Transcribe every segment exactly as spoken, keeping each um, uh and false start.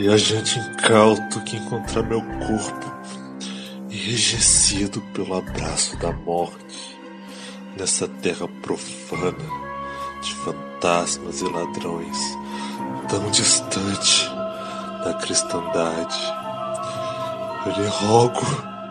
viajante incauto que encontrar meu corpo enrijecido pelo abraço da morte nessa terra profana de fantasmas e ladrões, tão distante da cristandade. Eu lhe rogo,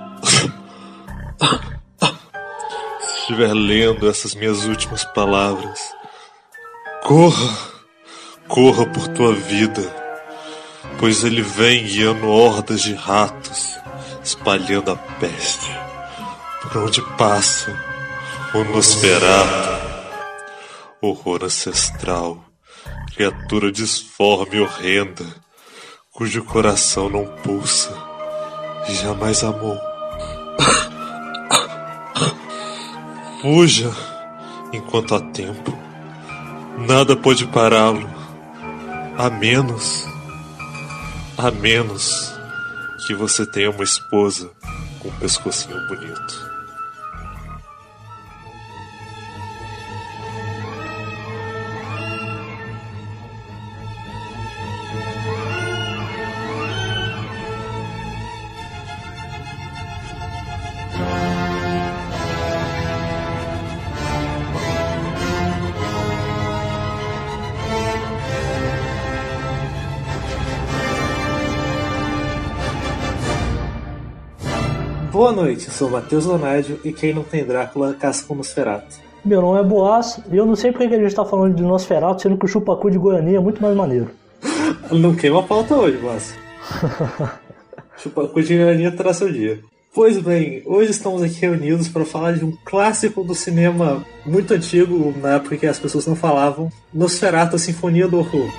se estiver lendo essas minhas últimas palavras, corra, corra por tua vida, pois ele vem guiando hordas de ratos, espalhando a peste por onde passa o Nosferatu, horror ancestral, criatura disforme e horrenda, cujo coração não pulsa e jamais amou. Fuja enquanto há tempo, nada pode pará-lo, a menos, a menos que você tenha uma esposa com um pescocinho bonito. Boa noite, eu sou o Matheus Leonádio e quem não tem Drácula caça com Nosferatu. Meu nome é Boaz e eu não sei porque que a gente tá falando de Nosferatu, sendo que o chupacu de Goiânia é muito mais maneiro. Não queima a pauta hoje, Boaz. Chupacu de Goiânia terá seu dia. Pois bem, hoje estamos aqui reunidos para falar de um clássico do cinema muito antigo, na época que as pessoas não falavam, Nosferatu, a Sinfonia do Horror.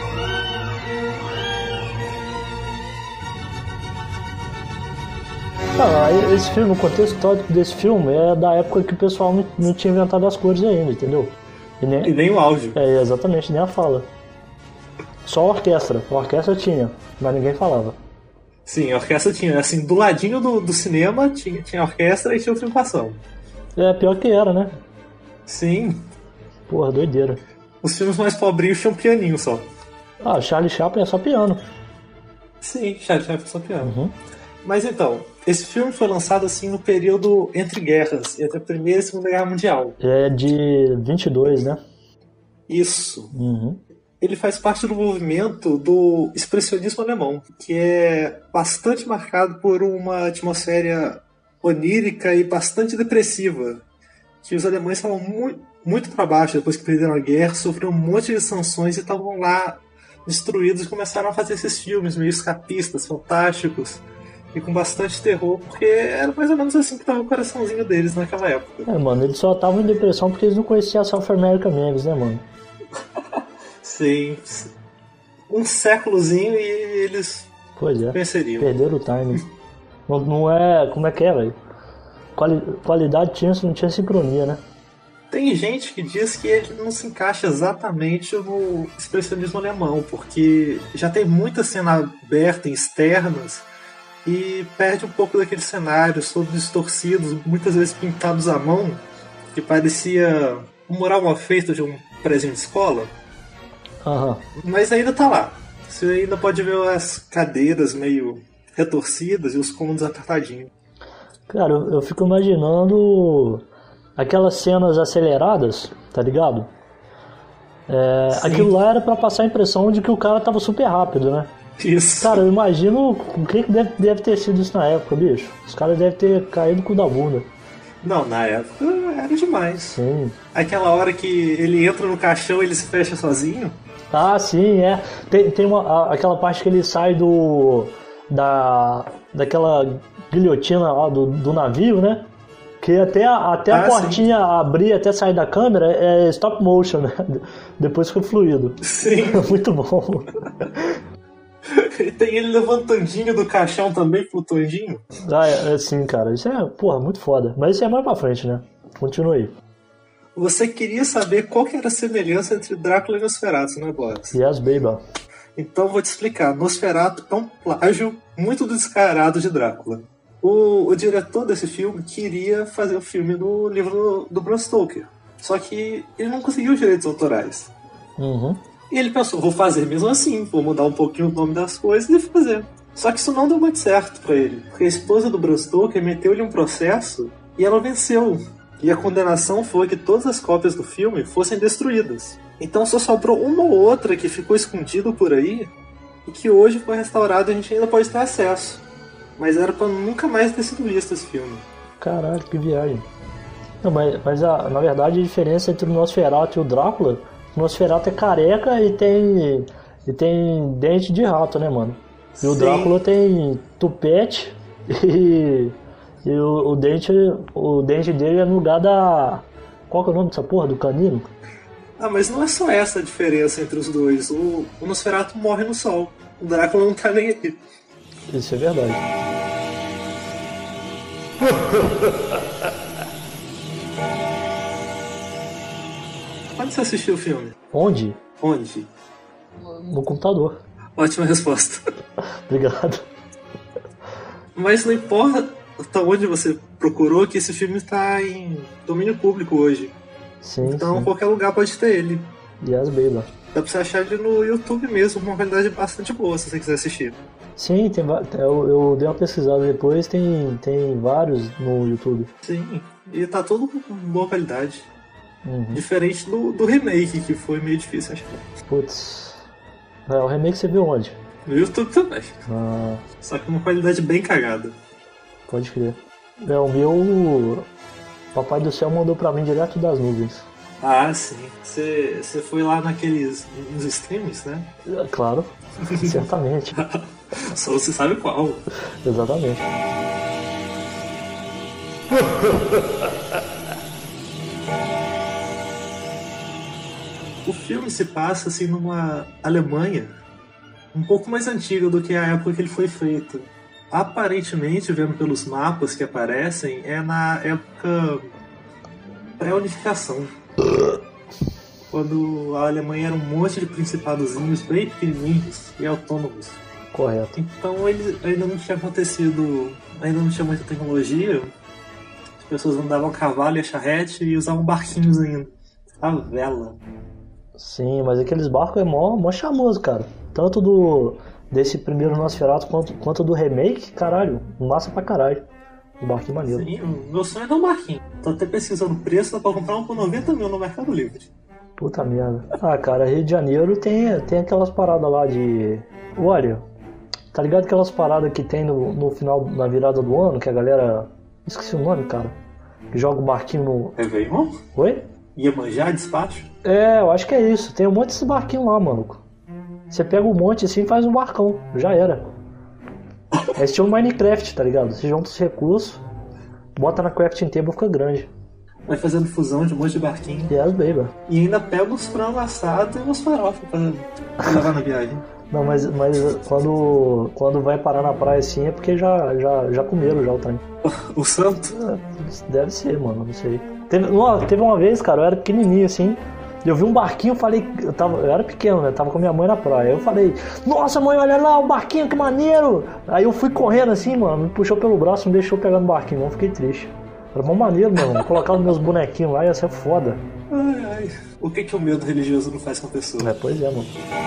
Ah, esse filme, o contexto histórico desse filme é da época que o pessoal não, não tinha inventado as cores ainda, entendeu? E nem, e nem o áudio. É, exatamente, nem a fala. Só a orquestra. A orquestra tinha, mas ninguém falava. Sim, a orquestra tinha. Assim, do ladinho do, do cinema tinha, tinha a orquestra e tinha o filme passando. É, pior que era, né? Sim. Porra, doideira. Os filmes mais pobrinhos tinham um pianinho só. Ah, Charlie Chaplin é só piano. Sim, Charlie Chaplin é só piano. Uhum. Mas então, esse filme foi lançado assim no período entre guerras, entre a Primeira e a Segunda Guerra Mundial. É de vinte e dois, né? Isso. Uhum. Ele faz parte do movimento do expressionismo alemão, que é bastante marcado por uma atmosfera onírica e bastante depressiva, que os alemães estavam muito, muito para baixo depois que perderam a guerra, sofreram um monte de sanções e estavam lá destruídos e começaram a fazer esses filmes meio escapistas, fantásticos, e com bastante terror, porque era mais ou menos assim que tava o coraçãozinho deles naquela época. É, mano, eles só estavam em depressão porque eles não conheciam a South American Memes, né, mano? Sim. Um séculozinho e eles pois é, venceriam. Perderam o time. não, não é... Como é que é, velho? Quali, qualidade tinha, não tinha sincronia, né? Tem gente que diz que ele não se encaixa exatamente no expressionismo alemão, porque já tem muita cena aberta em externas e perde um pouco daqueles cenários todos distorcidos, muitas vezes pintados à mão, que parecia um mural mal feito de um prédio de escola. Uhum. Mas ainda tá lá. Você ainda pode ver as cadeiras meio retorcidas e os cômodos apertadinhos. Cara, eu, eu fico imaginando aquelas cenas aceleradas, tá ligado? É, aquilo lá era pra passar a impressão de que o cara tava super rápido, né? Isso. Cara, eu imagino o que deve, deve ter sido isso na época, bicho. Os caras devem ter caído no cu da bunda. Não, na época era demais. Sim. Aquela hora que ele entra no caixão e ele se fecha sozinho. Ah, sim, é. Tem, tem uma, a, aquela parte que ele sai do... Da, daquela guilhotina lá do, do navio, né? Que até, a, até ah, a portinha sim. abrir, até sair da câmera, é stop motion, né? Depois fica fluido. Sim. Muito bom. Tem ele levantandinho do caixão também, flutuandinho. Ah, é, é sim, cara. Isso é, porra, muito foda. Mas isso é mais pra frente, né? Continua aí. Você queria saber qual que era a semelhança entre Drácula e Nosferatu, né, Boris? Yes, baby. Então vou te explicar. Nosferatu é um plágio muito descarado de Drácula. O, o diretor desse filme queria fazer o filme do livro do, do Bram Stoker. Só que ele não conseguiu os direitos autorais. Uhum. E ele pensou, vou fazer mesmo assim, vou mudar um pouquinho o nome das coisas e fazer. Só que isso não deu muito certo pra ele, porque a esposa do Bram Stoker meteu-lhe um processo e ela venceu. E a condenação foi que todas as cópias do filme fossem destruídas. Então só sobrou uma ou outra que ficou escondido por aí e que hoje foi restaurado e a gente ainda pode ter acesso. Mas era pra nunca mais ter sido visto esse filme. Caralho, que viagem. Não, mas mas a, na verdade a diferença entre o Nosferatu e o Drácula, o Nosferatu é careca e tem, e tem dente de rato, né, mano? E o Sim. Drácula tem tupete e, e o, o, dente, o dente dele é no lugar da... Qual que é o nome dessa porra? Do canino? Ah, mas não é só essa a diferença entre os dois. O, o Nosferatu morre no sol. O Drácula não tá nem aí. Isso é verdade. Onde você assistiu o filme? Onde? Onde? No computador. Ótima resposta. Obrigado. Mas não importa onde você procurou, que esse filme está em domínio público hoje. Sim, Então sim. qualquer lugar pode ter ele. Yes, baby. Dá pra você achar ele no YouTube mesmo, com uma qualidade bastante boa, se você quiser assistir. Sim, tem, va- eu, eu dei uma pesquisada depois, tem, tem vários no YouTube. Sim, e tá tudo com boa qualidade. Uhum. Diferente do, do remake, que foi meio difícil achar. Putz. É, o remake você viu onde? No YouTube também. Ah, Só que uma qualidade bem cagada. pode crer. É, o meu... Papai do Céu mandou pra mim direto das nuvens. Ah, sim. Você você foi lá naqueles... nos streams, né? É, claro, certamente. Só você sabe qual. Exatamente. O filme se passa assim numa Alemanha um pouco mais antiga do que a época que ele foi feito. Aparentemente, vendo pelos mapas que aparecem, é na época pré-unificação. Quando a Alemanha era um monte de principadozinhos bem pequenininhos e autônomos. Correto. Então ele ainda não tinha acontecido, ainda não tinha muita tecnologia. As pessoas andavam a cavalo e a charrete e usavam barquinhos ainda. A vela. Sim, mas aqueles barcos é mó, mó charmoso, cara. Tanto do desse primeiro Nosferatu quanto, quanto do remake, caralho, massa pra caralho. Um barquinho maneiro. Sim, o meu sonho é dar um barquinho. Tô até pesquisando o preço, dá pra comprar um por noventa mil no Mercado Livre. Puta merda. Ah, cara, Rio de Janeiro tem, tem aquelas paradas lá de... Olha, tá ligado aquelas paradas que tem no, no final, na virada do ano, que a galera... Esqueci o nome, cara. Que joga o barquinho no... Réveillon? Oi? Iemanjá, despacho? É, eu acho que é isso. Tem um monte desse barquinho lá, maluco. Você pega um monte assim e faz um barcão. Já era. É estilo Minecraft, tá ligado? Você junta os recursos, bota na crafting table e fica grande. Vai fazendo fusão de um monte de barquinho. Yes, baby. E ainda pega os frangos assados e os farofas pra, pra levar na viagem. Não, mas, mas quando, quando vai parar na praia assim é porque já, já, já comeram já o trem. O santo? É, deve ser, mano, não sei. Teve, uma, teve uma vez, cara, eu era pequenininho assim, eu vi um barquinho, eu falei, eu, tava, eu era pequeno, né, tava com minha mãe na praia, eu falei, nossa mãe, olha lá o barquinho, que maneiro! Aí eu fui correndo assim, mano, me puxou pelo braço, me deixou pegar no barquinho, não, fiquei triste. Era mó maneiro, mano, colocar os meus bonequinhos lá ia ser foda. Ai, ai. O que que o medo religioso não faz com a pessoa? É, pois é, mano.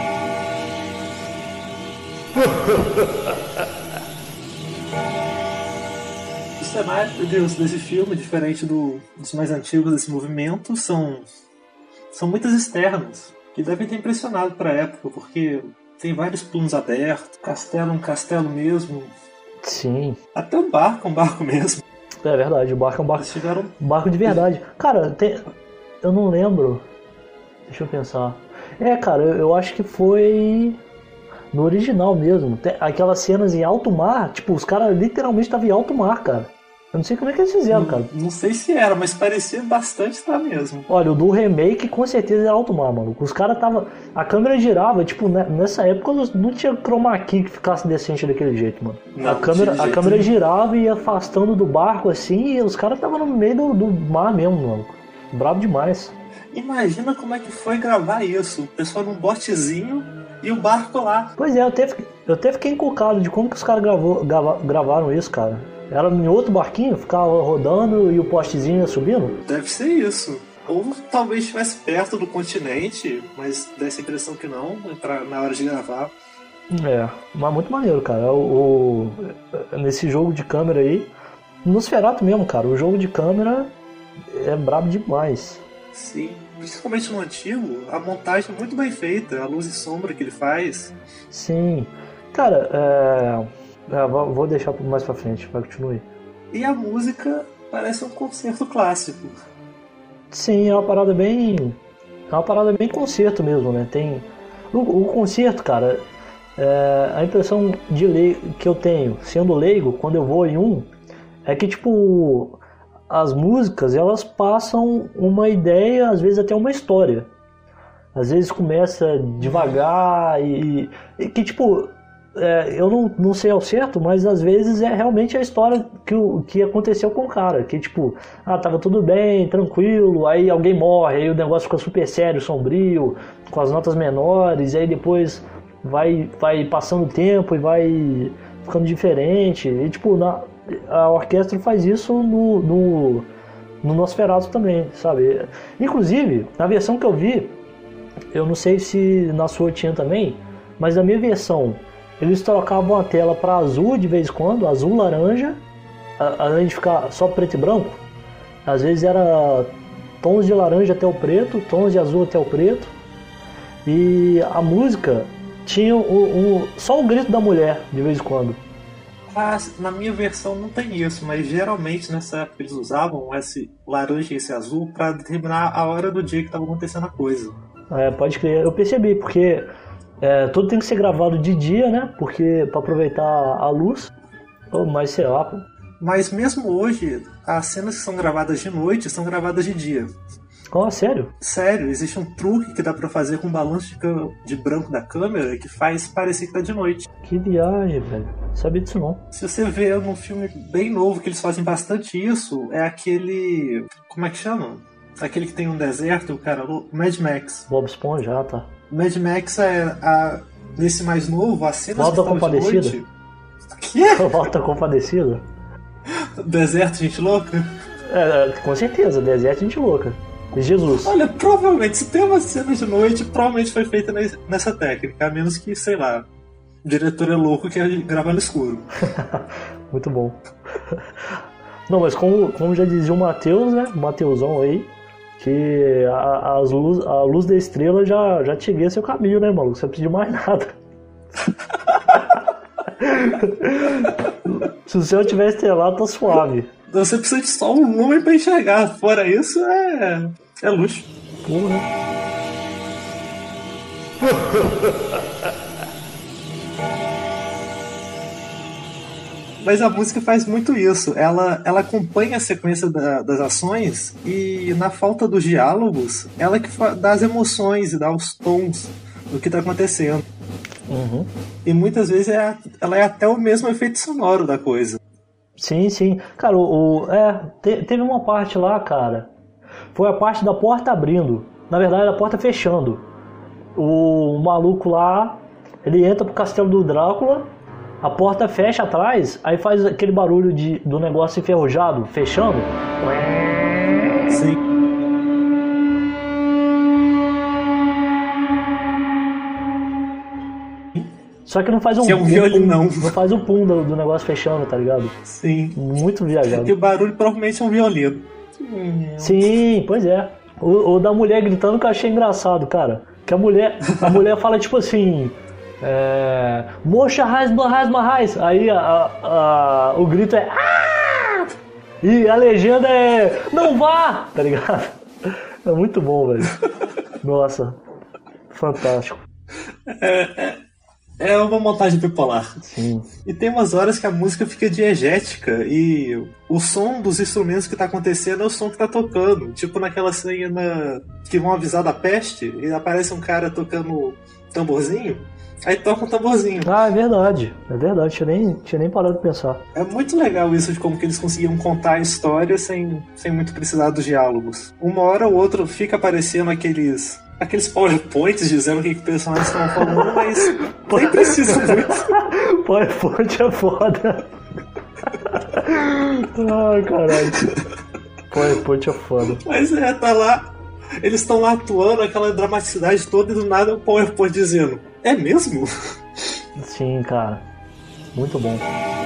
O cenário desse filme, diferente do, dos mais antigos desse movimento, são, são muitas externas, que devem ter impressionado pra época, porque tem vários planos abertos, castelo um castelo mesmo, Sim, até um barco, um barco mesmo. é verdade, o barco é um barco, Eles tiveram... um barco de verdade. Cara, tem, eu não lembro, deixa eu pensar. É, cara, eu, eu acho que foi no original mesmo. Tem aquelas cenas em alto mar, tipo, os caras literalmente estavam em alto mar, cara. Eu não sei como é que eles fizeram, cara. Não, não sei se era, mas parecia bastante estar mesmo. Olha, o do remake com certeza era alto mar, mano. Os caras tava. A câmera girava, tipo, né, nessa época não tinha chroma key que ficasse decente daquele jeito, mano. Não, a câmera, de a jeito câmera nenhum. girava e ia afastando do barco assim, e os caras estavam no meio do, do mar mesmo, mano. Bravo demais. Imagina como é que foi gravar isso. O pessoal num botezinho e o barco lá. Pois é, eu até, fiquei- eu até fiquei encucado de como que os caras gravou, grava- gravaram isso, cara. Era em outro barquinho, ficava rodando e o postezinho ia subindo? Deve ser isso. Ou talvez estivesse perto do continente, mas dessa impressão que não, pra, na hora de gravar. É, mas muito maneiro, cara. O, o, nesse jogo de câmera aí, Nosferatu mesmo, cara, o jogo de câmera é brabo demais. Sim, principalmente no antigo, a montagem é muito bem feita, a luz e sombra que ele faz. Sim, cara, é... É, vou deixar mais pra frente, vai, continue. E a música parece um concerto clássico. Sim, é uma parada bem... É uma parada bem concerto mesmo, né? Tem... O, o concerto, cara, é... a impressão de leigo que eu tenho, sendo leigo, quando eu vou em um, é que, tipo, as músicas, elas passam uma ideia, às vezes até uma história. Às vezes começa devagar e... e que, tipo... É, eu não, não sei ao certo, mas às vezes é realmente a história que, o, que aconteceu com o cara. Que tipo, ah, tava tudo bem, tranquilo, aí alguém morre, aí o negócio fica super sério, sombrio, com as notas menores, e aí depois vai, vai passando o tempo e vai ficando diferente. E tipo, na, a orquestra faz isso no, no, no Nosferatu também, sabe? Inclusive, na versão que eu vi, eu não sei se na sua tinha também, mas na minha versão eles trocavam a tela para azul de vez em quando, azul, laranja, além de ficar só preto e branco. Às vezes era tons de laranja até o preto, tons de azul até o preto. E a música tinha o, o, só o grito da mulher de vez em quando. Ah, na minha versão não tem isso, mas geralmente nessa época eles usavam esse laranja e esse azul para determinar a hora do dia que estava acontecendo a coisa. É, pode crer. Eu percebi, porque... É, tudo tem que ser gravado de dia, né? Porque para aproveitar a luz. Oh, mas sei lá. Pô. Mas mesmo hoje, as cenas que são gravadas de noite são gravadas de dia. Oh, sério? Sério, existe um truque que dá pra fazer com o balanço de, de branco da câmera que faz parecer que tá de noite. Que viagem, velho. Sabia disso não. Se você vê num filme bem novo que eles fazem bastante isso, é aquele... Como é que chama? Aquele que tem um deserto, o cara... O Mad Max. Bob Esponja, ah, tá. Mad Max é a, nesse mais novo, a cena Volta Compadecida. De noite. Que? Volta Compadecida. Deserto, gente louca? É, com certeza, Deserto, gente louca. Jesus. Olha, provavelmente, se tem uma cena de noite, provavelmente foi feita nessa técnica, a menos que, sei lá, o diretor é louco que grava no escuro. Muito bom. Não, mas como, como já dizia o Matheus, né? O Matheusão aí. Que a, as luz, a luz da estrela já, já te guia seu caminho, né, maluco? Você não precisa de mais nada. Se o céu tiver estrelado, tá suave. Você precisa de só um lumen pra enxergar. Fora isso, é, é luxo. Porra. Mas a música faz muito isso. Ela, ela acompanha a sequência da, das ações e, na falta dos diálogos, ela que dá as emoções e dá os tons do que está acontecendo. Uhum. E muitas vezes é, ela é até o mesmo efeito sonoro da coisa. Sim, sim. Cara, o, o, é, te, teve uma parte lá, cara. Foi a parte da porta abrindo. Na verdade, a porta fechando. O, o maluco lá, ele entra pro castelo do Drácula. A porta fecha atrás, aí faz aquele barulho de, do negócio enferrujado, fechando. Sim. Só que não faz um que é um pum, violino, não. Não faz o pum do, do negócio fechando, tá ligado? Sim. Muito viajado. E o barulho provavelmente é um violino. Sim, pois é. O, o da mulher gritando que eu achei engraçado, cara. Que a mulher, a mulher fala tipo assim... É, Mocha rasma rasma raiz. Aí a, a, a, o grito é ah! E a legenda é não vá, tá ligado? É muito bom, velho. Nossa, fantástico. É, é, é uma montagem bipolar. Sim. E tem umas horas que a música fica diegética e o som dos instrumentos que tá acontecendo é o som que tá tocando. Tipo naquela cena que vão avisar da peste e aparece um cara tocando tamborzinho. Aí toca um tamborzinho. Ah, é verdade. É verdade. Tinha nem, tinha nem parado de pensar. É muito legal isso de como que eles conseguiam contar a história sem, sem muito precisar dos diálogos. Uma hora ou outra fica aparecendo aqueles... Aqueles PowerPoints dizendo o que, que os personagens estão falando, mas nem precisa muito. PowerPoint é foda. Ai, caralho. PowerPoint é foda. Mas é, tá lá... Eles estão lá atuando aquela dramaticidade toda e do nada o PowerPoint dizendo: é mesmo? Sim, cara. Muito bom.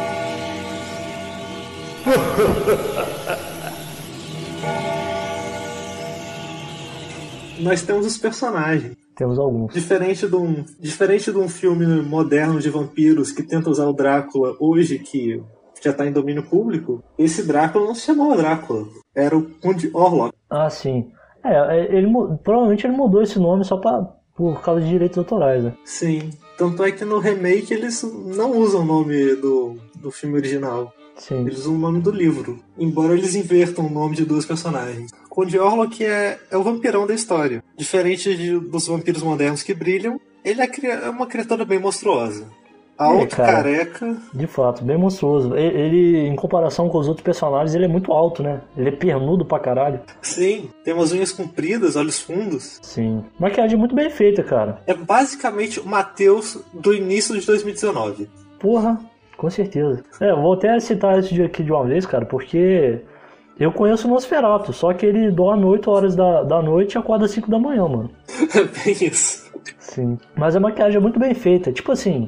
Nós temos os personagens. Temos alguns. Diferente de um, diferente de um filme moderno de vampiros que tenta usar o Drácula hoje, que já está em domínio público, esse Drácula não se chamava Drácula. Era o Conde Orlok. Ah, sim. É, ele, provavelmente ele mudou esse nome só pra, por causa de direitos autorais, né? Sim. Tanto é que no remake eles não usam o nome do, do filme original. Sim. Eles usam o nome do livro. Embora eles invertam o nome de duas personagens. Conde Orlok é, é o vampirão da história. Diferente de, dos vampiros modernos que brilham, ele é, é uma criatura bem monstruosa. Alto, é, cara, careca. De fato, bem monstruoso. Ele, ele, em comparação com os outros personagens, ele é muito alto, né? Ele é pernudo pra caralho. Sim, tem umas unhas compridas, olhos fundos. Sim. Maquiagem muito bem feita, cara. É basicamente o Matheus do início de dois mil e dezenove. Porra, com certeza. É, eu vou até citar isso aqui de uma vez, cara, porque eu conheço o Nosferatu, só que ele dorme oito horas da, da noite e acorda às cinco da manhã, mano. É bem isso. Sim. Mas a maquiagem é muito bem feita. Tipo assim...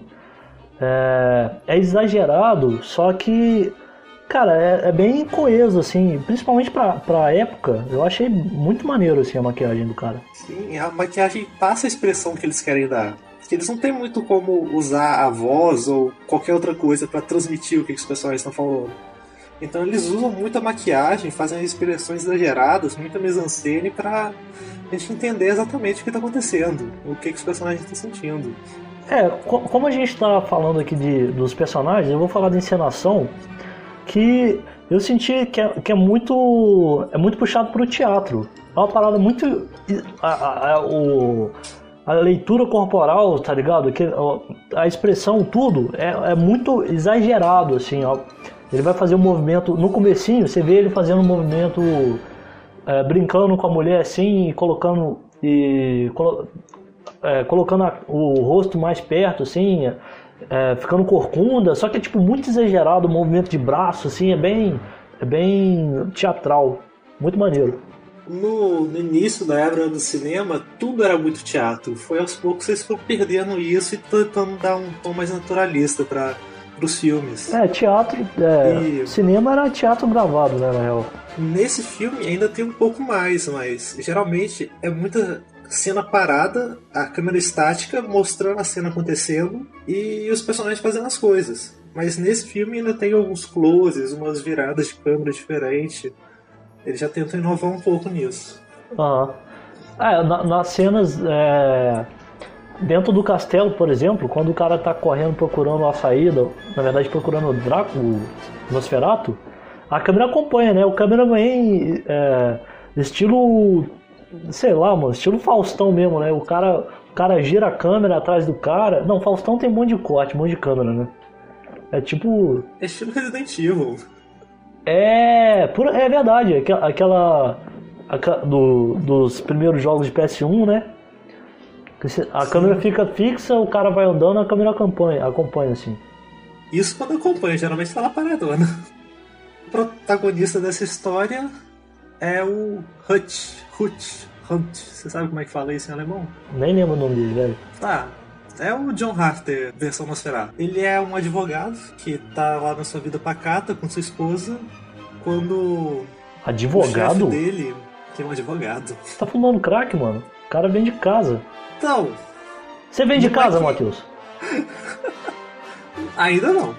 É, é exagerado, só que, cara, é, é bem coeso, assim, principalmente pra, pra época. Eu achei muito maneiro, assim, a maquiagem do cara. Sim, a maquiagem passa a expressão que eles querem dar. Eles não tem muito como usar a voz ou qualquer outra coisa pra transmitir o que os personagens estão falando. Então eles usam muita maquiagem, fazem expressões exageradas, muita mise-en-scène pra a gente entender exatamente o que tá acontecendo, o que, que os personagens estão sentindo. É, como a gente tá falando aqui de, dos personagens, eu vou falar da encenação, que eu senti que é, que é muito é muito puxado pro teatro. É uma parada muito... A, a, a, o, a leitura corporal, tá ligado? Que, a, a expressão, tudo, é, é muito exagerado, assim, ó. Ele vai fazer um movimento... No comecinho, você vê ele fazendo um movimento... É, brincando com a mulher, assim, e colocando... E, colo, É, colocando a, o rosto mais perto, assim, é, ficando corcunda, só que é tipo muito exagerado o movimento de braço, assim, é bem, é bem teatral, muito maneiro. No, no início da era do cinema, tudo era muito teatro. Foi aos poucos vocês foram perdendo isso e tentando dar um tom mais naturalista para os filmes. É, teatro, é, e... cinema era teatro gravado, né, na real. Nesse filme ainda tem um pouco mais, mas geralmente é muita cena parada, a câmera estática mostrando a cena acontecendo e os personagens fazendo as coisas. Mas nesse filme ainda tem alguns closes, umas viradas de câmera diferentes. Ele já tentou inovar um pouco nisso. Aham. É, na, nas cenas é, dentro do castelo, por exemplo, quando o cara tá correndo procurando a saída, na verdade procurando o Drácula, o Nosferatu, a câmera acompanha, né? O cameraman é, estilo... Sei lá, mano, estilo Faustão mesmo, né? O cara, o cara gira a câmera atrás do cara. Não, Faustão tem um monte de corte, um monte de câmera, né? É tipo... É estilo Resident Evil. É, é verdade. Aquela... aquela do, dos primeiros jogos de P S um, né? A Sim. câmera fica fixa, o cara vai andando, a câmera acompanha, acompanha assim. Isso quando acompanha, geralmente tá lá paradona. O protagonista dessa história é o Hutch. Hutch. Hunt. Você sabe como é que fala isso em alemão? Nem lembro o nome dele, velho. Tá. É o John Harter, versão Nosferatu. Ele é um advogado que tá lá na sua vida pacata com sua esposa quando... Advogado? O chefe dele, que é um advogado. Você tá fumando crack, mano? O cara vem de casa. Então... Você vem de casa, que... Matheus? Ainda não.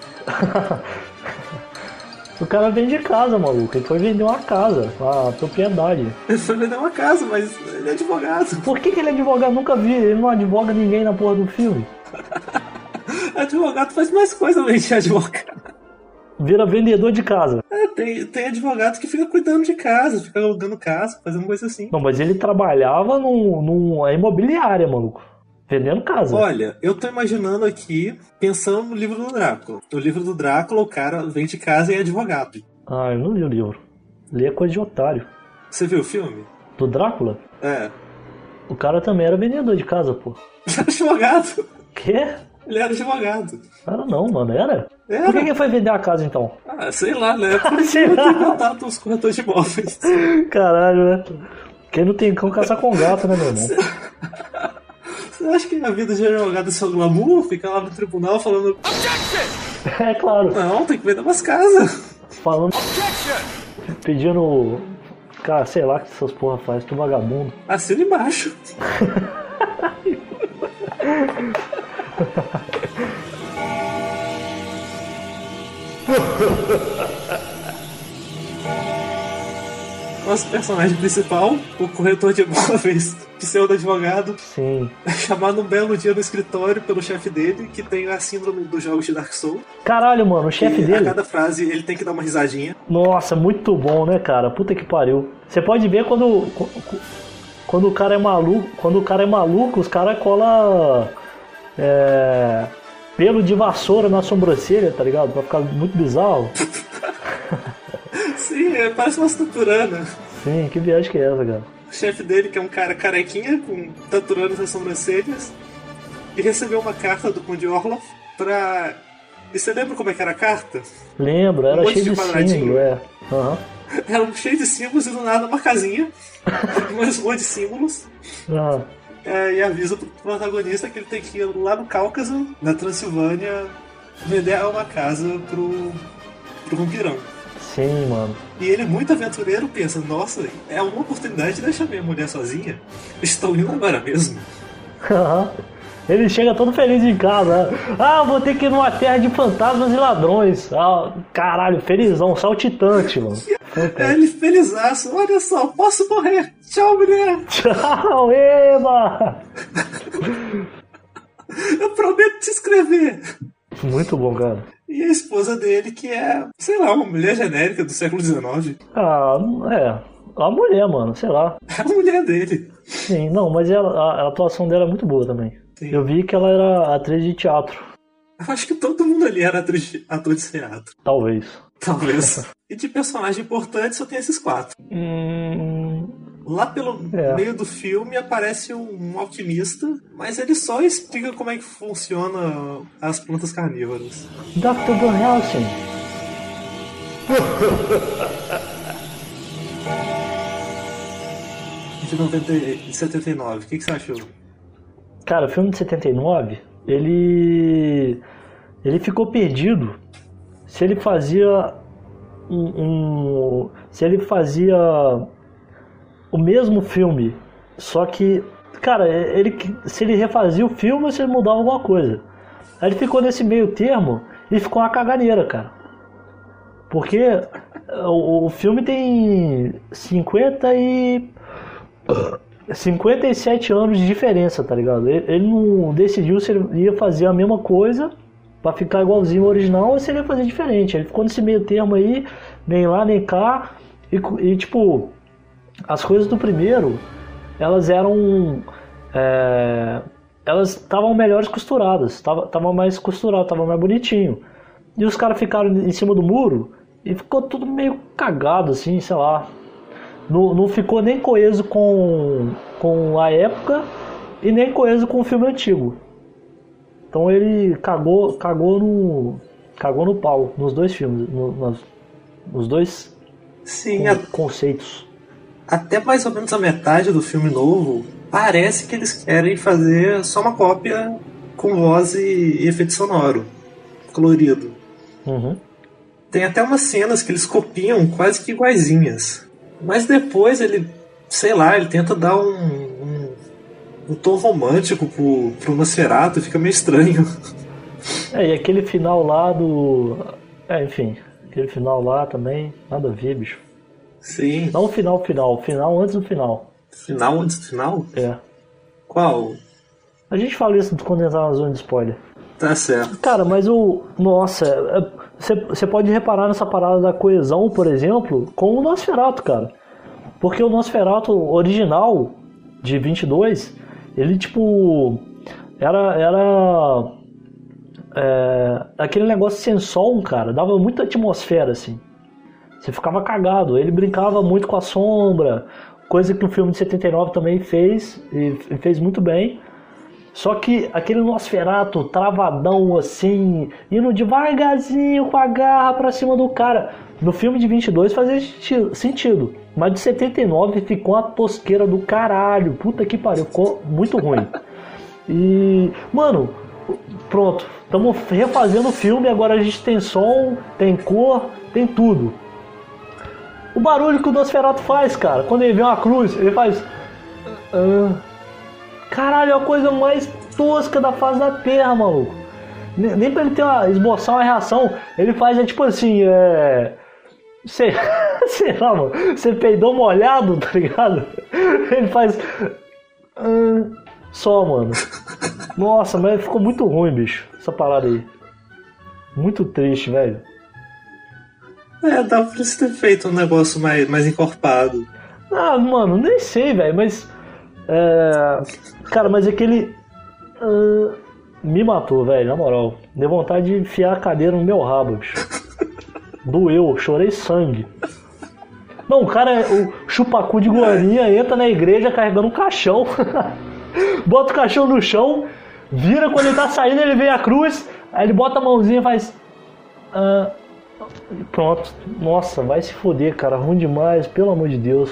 O cara vende casa, maluco. Ele foi vender uma casa, uma propriedade. Ele foi vender uma casa, mas ele é advogado. Por que, que ele é advogado? Nunca vi. Ele não advoga ninguém na porra do filme. Advogado faz mais coisa além de advogado. Vira vendedor de casa. É, tem, tem advogado que fica cuidando de casa, fica alugando casa, fazendo coisa assim. Não, mas ele trabalhava num, numa imobiliária, maluco. Vendendo casa. Olha, eu tô imaginando aqui, pensando no livro do Drácula. No livro do Drácula, o cara vende casa e é advogado. Ah, eu não li o livro. Li é coisa de otário. Você viu o filme? Do Drácula? É. O cara também era vendedor de casa, pô. Ele era advogado. Quê? Ele era advogado. Era não, mano, era? Era. Por que ele foi vender a casa, então? Ah, sei lá, né? Por isso que eu tenho contato com os corretores de imóveis. Caralho, né? Quem não tem cão caça com gato, né, meu irmão? Você acha que a vida de advogado é só glamour? Fica lá no tribunal falando... É claro. Não, tem que vender umas casas. Falando... Pedindo... Cara, sei lá o que essas porra faz, tu vagabundo. Assina embaixo. Nosso personagem principal, o corretor de imóveis, pseudo-advogado, sim, é chamado um belo dia no escritório pelo chefe dele, que tem a síndrome dos jogos de Dark Souls. Caralho, mano, o chefe dele... A cada frase ele tem que dar uma risadinha. Nossa, muito bom, né, cara? Puta que pariu. Você pode ver quando... Quando o cara é maluco... Quando o cara é maluco, os caras colam... É... Pelo de vassoura na sobrancelha, tá ligado? Pra ficar muito bizarro. Sim, parece uma taturana. Sim, que viagem que é essa, cara? O chefe dele, que é um cara carequinha, com taturanas nas sobrancelhas, e recebeu uma carta do Conde Orloff pra... E você lembra como é que era a carta? Lembro, era um cheio de, de símbolo, é. Uhum. Era um cheio de símbolos e do nada uma casinha, mais um monte de símbolos. Uhum. É, e avisa pro protagonista que ele tem que ir lá no Cáucaso, na Transilvânia, vender uma casa pro, pro vampirão. Sim, mano. E ele, muito aventureiro, pensa, nossa, é uma oportunidade de deixar minha mulher sozinha. Estou indo agora mesmo. Ele chega todo feliz em casa. Ah, vou ter que ir numa terra de fantasmas e ladrões. Ah, caralho, felizão, saltitante, mano. É, ele felizaço. Olha só, posso morrer. Tchau, mulher. Tchau, Ema. Eu prometo te escrever. Muito bom, cara. E a esposa dele, que é, sei lá, uma mulher genérica do século dezenove. Ah, é. A mulher, mano, sei lá. É a mulher dele. Sim, não, mas ela, a, a atuação dela é muito boa também. Sim. Eu vi que ela era atriz de teatro. Eu acho que todo mundo ali era atriz de, ator de teatro. Talvez. Talvez. E de personagem importante só tem esses quatro. Hum... Lá pelo é. meio do filme aparece um alquimista, mas ele só explica como é que funciona as plantas carnívoras. doutor Van Helsing. De, noventa, de setenta e nove, o que, que você achou? Cara, o filme de setenta e nove, ele ele ficou perdido se ele fazia um, um se ele fazia o mesmo filme, só que, cara, ele, se ele refazia o filme ou se ele mudava alguma coisa. Aí ele ficou nesse meio termo e ficou uma caganeira, cara. Porque o, o filme tem cinquenta e cinquenta e sete anos de diferença, tá ligado? Ele, ele não decidiu se ele ia fazer a mesma coisa pra ficar igualzinho ao original ou se ele ia fazer diferente. Ele ficou nesse meio termo aí, nem lá nem cá, e, e tipo, as coisas do primeiro, elas eram é, elas estavam melhores costuradas, tava, tava mais costurado, tava mais bonitinho, e os caras ficaram em cima do muro e ficou tudo meio cagado assim, sei lá. Não, não ficou nem coeso com, com a época e nem coeso com o filme antigo. Então ele cagou, cagou no cagou no pau nos dois filmes, no, nos, nos dois Sim, con- a... conceitos. Até mais ou menos a metade do filme novo, parece que eles querem fazer só uma cópia com voz e efeito sonoro, colorido. Uhum. Tem até umas cenas que eles copiam quase que iguaizinhas. Mas depois ele, sei lá, ele tenta dar um, um, um tom romântico pro, pro Nosferatu, fica meio estranho. É, e aquele final lá do... É, enfim, aquele final lá também, nada a ver, bicho. Sim. Não o final, final. Final antes do final. Final antes do final? É. Qual? A gente fala isso quando entrar na zona de spoiler. Tá certo. Cara, mas o... Nossa, você pode reparar nessa parada da coesão, por exemplo, com o Nosferatu, cara. Porque o Nosferatu original, de vinte e dois, ele, tipo... Era... Era... É, aquele negócio sem som, cara, dava muita atmosfera, assim. Você ficava cagado. Ele brincava muito com a sombra, coisa que o filme de setenta e nove também fez, e fez muito bem. Só que aquele Nosferatu travadão assim, indo devagarzinho com a garra pra cima do cara. No filme de vinte e dois fazia sentido, mas de setenta e nove ficou uma tosqueira do caralho. Puta que pariu, ficou muito ruim. E, mano, pronto, estamos refazendo o filme. Agora a gente tem som, tem cor, tem tudo. O barulho que o Nosferatu faz, cara, quando ele vê uma cruz, ele faz... Uh, caralho, é a coisa mais tosca da face da Terra, maluco. Nem, nem pra ele ter uma, esboçar uma reação, ele faz, é tipo assim, é... Sei, sei lá, mano, você peidou molhado, tá ligado? Ele faz... Uh, só, mano. Nossa, mas ficou muito ruim, bicho, essa parada aí. Muito triste, velho. É, dá pra você ter feito um negócio mais, mais encorpado. Ah, mano, nem sei, velho, mas... É... Cara, mas aquele... Uh, me matou, velho, na moral. Deu vontade de enfiar a cadeira no meu rabo, bicho. Doeu, chorei sangue. Não, o cara, o chupacu de Glorinha, entra na igreja carregando um caixão. Bota o caixão no chão, vira, quando ele tá saindo, ele vê a cruz, aí ele bota a mãozinha e faz... Uh, pronto. Nossa, vai se foder, cara. Ruim demais, pelo amor de Deus.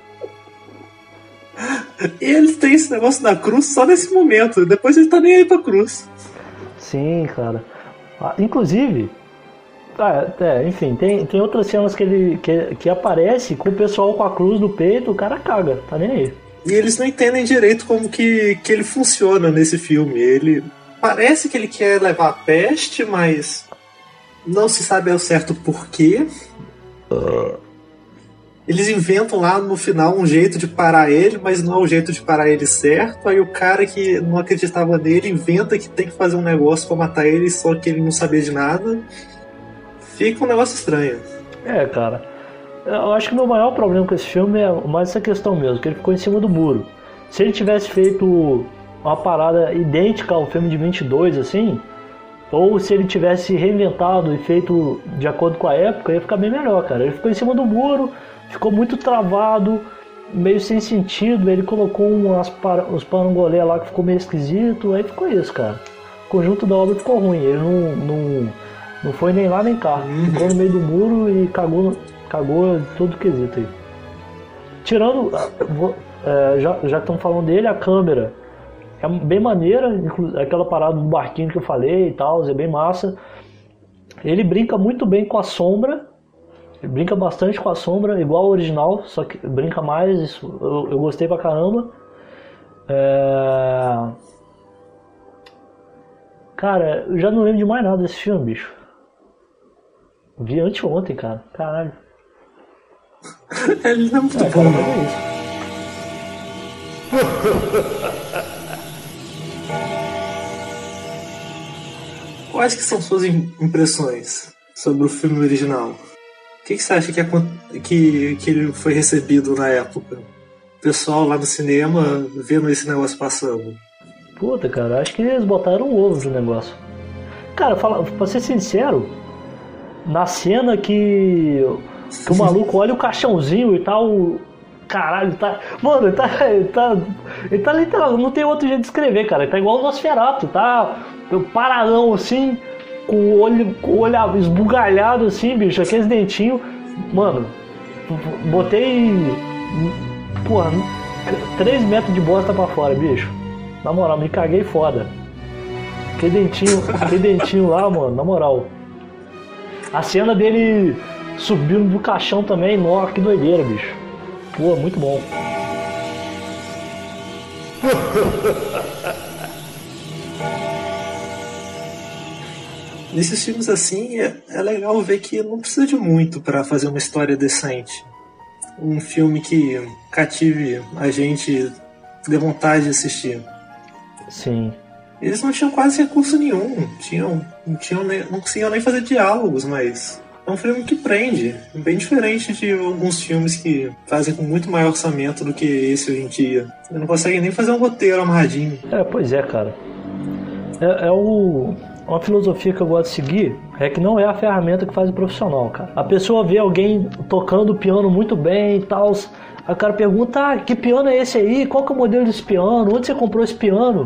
E ele tem esse negócio da cruz só nesse momento. Depois ele tá nem aí pra cruz. Sim, cara. Ah, inclusive... Ah, é, enfim, tem, tem outras cenas que ele que, que aparece com o pessoal com a cruz no peito, o cara caga, tá nem aí. E eles não entendem direito como que, que ele funciona nesse filme. Ele parece que ele quer levar a peste, mas não se sabe ao certo porquê. Uh. Eles inventam lá no final um jeito de parar ele, mas não é o jeito de parar ele certo. Aí o cara que não acreditava nele inventa que tem que fazer um negócio pra matar ele, só que ele não sabia de nada. Fica um negócio estranho. É, cara. Eu acho que o meu maior problema com esse filme é mais essa questão mesmo, que ele ficou em cima do muro. Se ele tivesse feito uma parada idêntica ao filme de vinte e dois, assim, ou se ele tivesse reinventado e feito de acordo com a época, ia ficar bem melhor, cara. Ele ficou em cima do muro, ficou muito travado, meio sem sentido. Ele colocou umas par... uns parangolé lá que ficou meio esquisito, aí ficou isso, cara. O conjunto da obra ficou ruim, ele não... não... Não foi nem lá nem cá. Ficou no meio do muro e cagou, cagou todo o quesito aí. Tirando, é, já, já que estamos falando dele, a câmera é bem maneira, aquela parada do barquinho que eu falei e tal, é bem massa. Ele brinca muito bem com a sombra, ele brinca bastante com a sombra, igual ao original, só que brinca mais, isso eu, eu gostei pra caramba. É... Cara, eu já não lembro de mais nada desse filme, bicho. Vi anteontem, cara. Caralho. Ele não é muito é, bom, cara, não. É isso. Quais que são suas impressões sobre o filme original? O que, que você acha que, é, que, que ele foi recebido na época? O pessoal lá no cinema vendo esse negócio passando. Puta, cara, acho que eles botaram um ovo no negócio. Cara, fala, pra ser sincero, na cena que, que o maluco olha o caixãozinho e tal, caralho, tá. Mano, ele tá. Ele tá, ele tá literal, não tem outro jeito de escrever, cara. Ele tá igual o Nosferatu, tá paradão assim, com o olho, com o olho esbugalhado assim, bicho, aqueles dentinhos. Mano, botei. Porra, três metros de bosta pra fora, bicho. Na moral, me caguei foda. Aquele dentinho, aquele dentinho lá, mano, na moral. A cena dele subindo do caixão também, nossa, que doideira, bicho. Pô, muito bom. Nesses filmes assim, é, é legal ver que não precisa de muito pra fazer uma história decente. Um filme que cative a gente, dê vontade de assistir. Sim. Eles não tinham quase recurso nenhum, tinham, não, tinham nem, não conseguiam nem fazer diálogos, mas é um filme que prende, bem diferente de alguns filmes que fazem com muito maior orçamento do que esse hoje em dia. Não conseguem nem fazer um roteiro amarradinho. É, pois é, cara. É, é o, uma filosofia que eu gosto de seguir, é que não é a ferramenta que faz o profissional, cara. A pessoa vê alguém tocando piano muito bem e tal, a cara pergunta, ah, que piano é esse aí? Qual que é o modelo desse piano? Onde você comprou esse piano?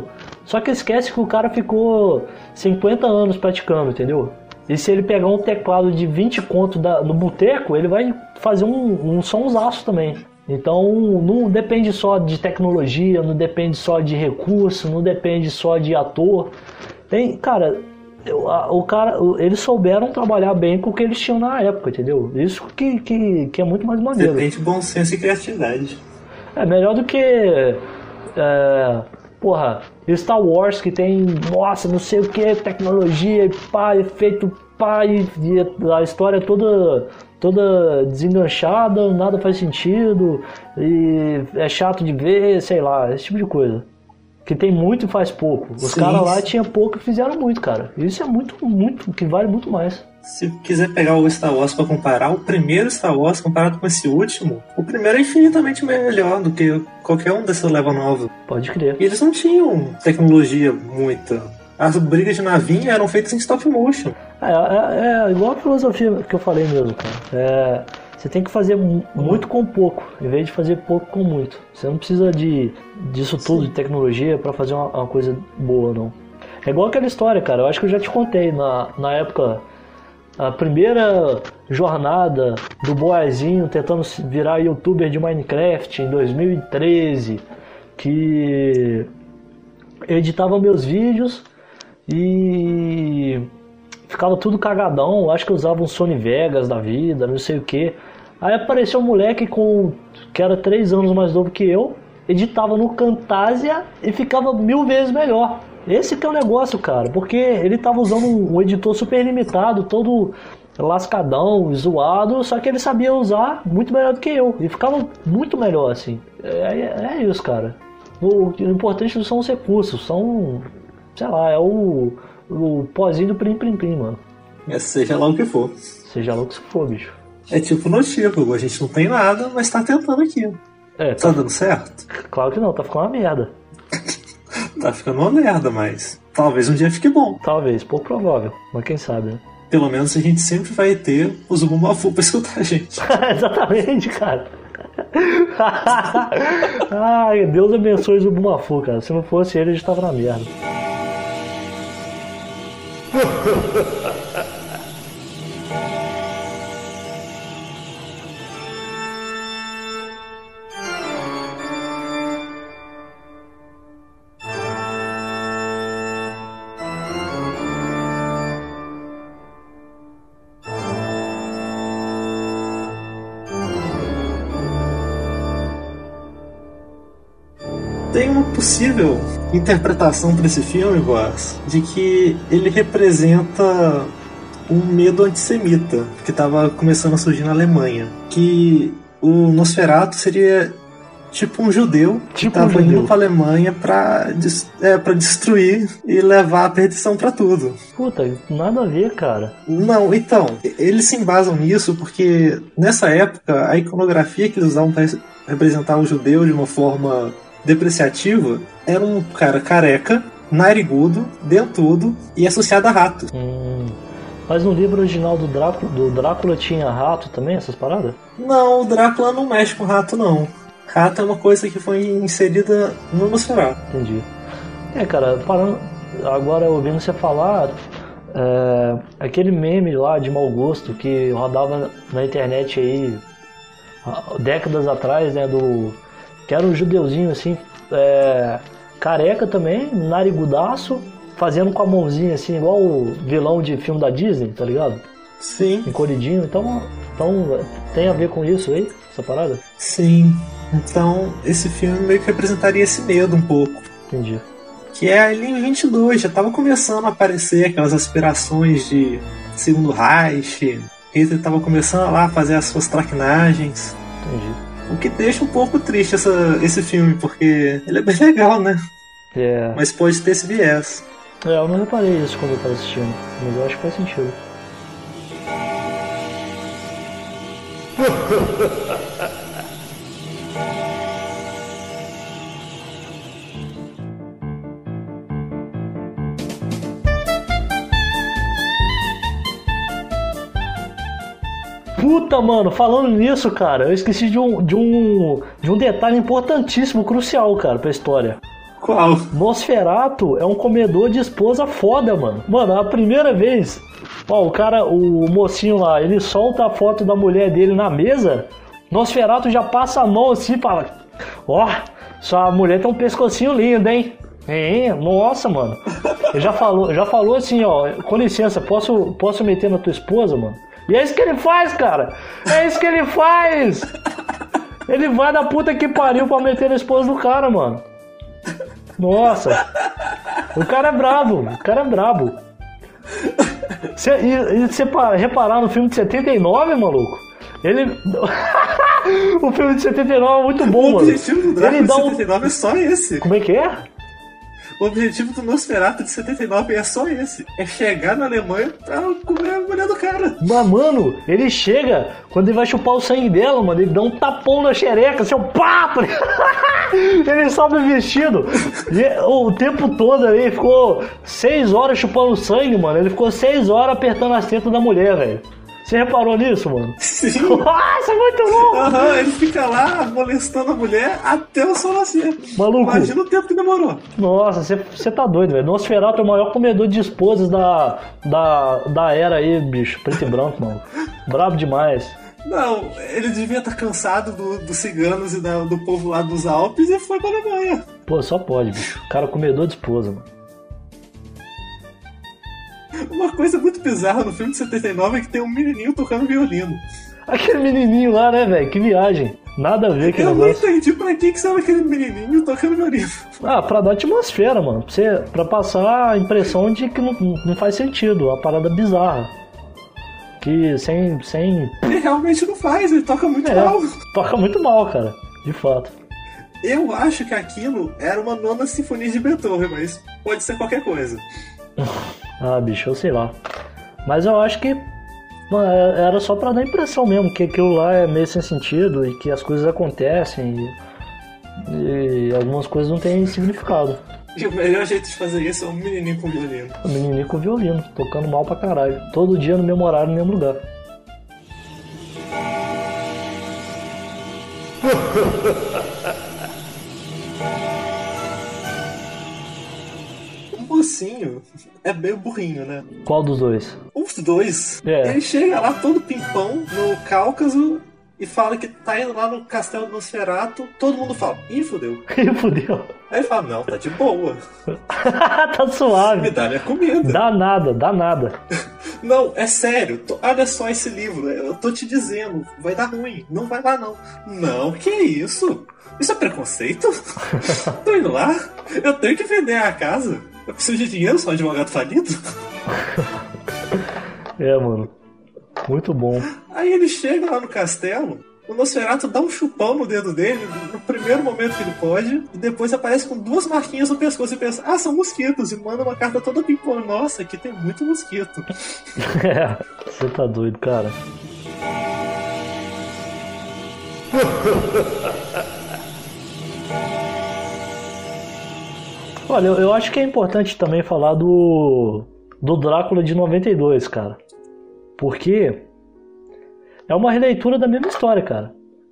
Só que esquece que o cara ficou cinquenta anos praticando, entendeu? E se ele pegar um teclado de vinte conto da, no boteco, ele vai fazer um, um sonsaço também. Então não depende só de tecnologia, não depende só de recurso, não depende só de ator. Tem, cara, o, o cara, eles souberam trabalhar bem com o que eles tinham na época, entendeu? Isso que, que, que é muito mais maneiro. Depende de bom senso e criatividade. É melhor do que é, porra, Star Wars, que tem, nossa, não sei o que, tecnologia, pá, efeito, pá, e, e a história toda, toda desenganchada, nada faz sentido, e é chato de ver, sei lá, esse tipo de coisa. Que tem muito e faz pouco. Os caras lá tinham pouco e fizeram muito, cara. Isso é muito, muito, que vale muito mais. Se quiser pegar o Star Wars pra comparar, o primeiro Star Wars comparado com esse último, o primeiro é infinitamente melhor do que qualquer um desses leva nova. Pode crer. E eles não tinham tecnologia muita. As brigas de navinha eram feitas em stop motion. É, é, é igual a filosofia que eu falei mesmo, cara. É, você tem que fazer muito com pouco, em vez de fazer pouco com muito. Você não precisa de, disso tudo, Sim. de tecnologia, pra fazer uma, uma coisa boa, não. É igual aquela história, cara. Eu acho que eu já te contei na, na época... A primeira jornada do Boazinho tentando virar youtuber de Minecraft em dois mil e treze, que eu editava meus vídeos e ficava tudo cagadão. Acho que eu usava um Sony Vegas da vida, não sei o que. Aí apareceu um moleque com, que era três anos mais novo que eu, editava no Camtasia e ficava mil vezes melhor. Esse que é o negócio, cara, porque ele tava usando um editor super limitado, todo lascadão, zoado, só que ele sabia usar muito melhor do que eu, e ficava muito melhor, assim. É, é isso, cara. O, o importante não são os recursos, são, sei lá, é o, o pozinho do plim plim plim, mano. É, seja lá o que for. Seja lá o que for, bicho. É tipo notívago, a gente não tem nada, mas tá tentando aqui. É, tá, tá dando certo? Claro que não, tá ficando uma merda. Tá ficando uma merda, mas talvez um dia fique bom. Talvez, pouco provável, mas quem sabe, né? Pelo menos a gente sempre vai ter os Bumafu pra escutar a gente. Exatamente, cara. Ai, Deus abençoe o Bumafu, cara. Se não fosse ele, a gente tava na merda. Tem uma possível interpretação para esse filme, Boas, de que ele representa um medo antissemita que estava começando a surgir na Alemanha. Que o Nosferatu seria tipo um judeu tipo que estava um indo para a Alemanha para é, para destruir e levar a perdição para tudo. Puta, nada a ver, cara. Não, então, eles se embasam nisso porque nessa época a iconografia que eles usavam para representar o judeu de uma forma depreciativa era um cara careca, narigudo, dentudo e associado a rato. Hum, mas no livro original do Drácula, do Drácula tinha rato também, essas paradas? Não, o Drácula não mexe com rato, não. Rato é uma coisa que foi inserida no Nosferatu. Entendi. É, cara, parando, agora ouvindo você falar, é, aquele meme lá de mau gosto que rodava na internet aí décadas atrás, né, do... que era um judeuzinho assim, é, careca também, narigudaço, fazendo com a mãozinha assim, igual o vilão de filme da Disney, tá ligado? Sim. Encolhidinho, então, então tem a ver com isso aí, essa parada? Sim, então esse filme meio que representaria esse medo um pouco. Entendi. Que é ali em vinte e dois, já tava começando a aparecer aquelas aspirações de Segundo Reich, Hitler tava começando lá a fazer as suas traquinagens. Entendi. O que deixa um pouco triste essa, esse filme, porque ele é bem legal, né? É. Mas pode ter esse viés. É, eu não reparei isso quando eu tava assistindo, mas eu acho que faz sentido. Puta, mano, falando nisso, cara, eu esqueci de um, de um, de um detalhe importantíssimo, crucial, cara, pra história. Qual? Nosferatu é um comedor de esposa foda, mano. Mano, a primeira vez, ó, o cara, o mocinho lá, ele solta a foto da mulher dele na mesa, Nosferatu já passa a mão assim e fala: ó, sua mulher tem um pescocinho lindo, hein? É, nossa, mano. Ele já falou, já falou assim, ó, com licença, posso, posso meter na tua esposa, mano? E é isso que ele faz, cara. É isso que ele faz. Ele vai da puta que pariu pra meter na esposa do cara, mano. Nossa. O cara é brabo, o cara é brabo. Cê, e você reparar no filme de setenta e nove, maluco? Ele... o filme de setenta e nove é muito bom, mano. O objetivo do Drácula de setenta e nove um... é só esse. Como é que é? O objetivo do Nosferatu de setenta e nove é só esse. É chegar na Alemanha pra comer a mulher do cara. Mas, mano, ele chega, quando ele vai chupar o sangue dela, mano, ele dá um tapão na xereca, assim, um papo. Ele sobe vestido. E, o tempo todo aí, ficou seis horas chupando sangue, mano. Ele ficou seis horas apertando as tetas da mulher, velho. Você reparou nisso, mano? Sim. Nossa, é muito bom! Aham, uhum, ele fica lá molestando a mulher até o sol nascer. Maluco. Imagina o tempo que demorou. Nossa, você tá doido, velho. Nosferatu é o maior comedor de esposas da, da, da era aí, bicho. Preto e branco, mano. Brabo demais. Não, ele devia estar cansado do, dos ciganos e da, do povo lá dos Alpes e foi pra Alemanha. Pô, só pode, bicho. O cara é comedor de esposa, mano. Uma coisa muito bizarra no filme de setenta e nove é que tem um menininho tocando violino. Aquele menininho lá, né, velho? Que viagem. Nada a ver com Eu negócio. não entendi pra que que serve aquele menininho tocando violino. Ah, pra dar atmosfera, mano. Pra, você, pra passar a impressão de que não, não faz sentido. Uma parada bizarra. Que sem... sem... Ele realmente não faz, ele toca muito é, mal. Toca muito mal, cara. De fato. Eu acho que aquilo era uma nona sinfonia de Beethoven, mas pode ser qualquer coisa. Ah, bicho, eu sei lá. Mas eu acho que mano, era só pra dar impressão mesmo, que aquilo lá é meio sem sentido e que as coisas acontecem e, e algumas coisas não têm significado. E o melhor jeito de fazer isso é um menininho com violino. Um menininho com violino, tocando mal pra caralho. Todo dia no mesmo horário, no mesmo lugar. O mocinho é meio burrinho, né? Qual dos dois? Os dois. É. Ele chega lá todo pimpão no Cáucaso e fala que tá indo lá no castelo do Nosferatu. Todo mundo fala: ih, fudeu. Ih, fudeu. Aí ele fala: não, tá de boa. Tá suave. Me dá minha comida. Dá nada, dá nada. Não, é sério. Tô, olha só esse livro. Eu tô te dizendo, vai dar ruim. Não vai lá, não. Não, que isso? Isso é preconceito? Tô indo lá. Eu tenho que vender a casa. Eu preciso de dinheiro, sou um advogado falido. É, mano. Muito bom. Aí ele chega lá no castelo, o Nosferatu dá um chupão no dedo dele no primeiro momento que ele pode, e depois aparece com duas marquinhas no pescoço e pensa: ah, são mosquitos, e manda uma carta toda pimpona. Nossa, aqui tem muito mosquito. É, você tá doido, cara. Olha, eu, eu acho que é importante também falar do do Drácula de noventa e dois, cara. Porque é uma releitura da mesma história, cara.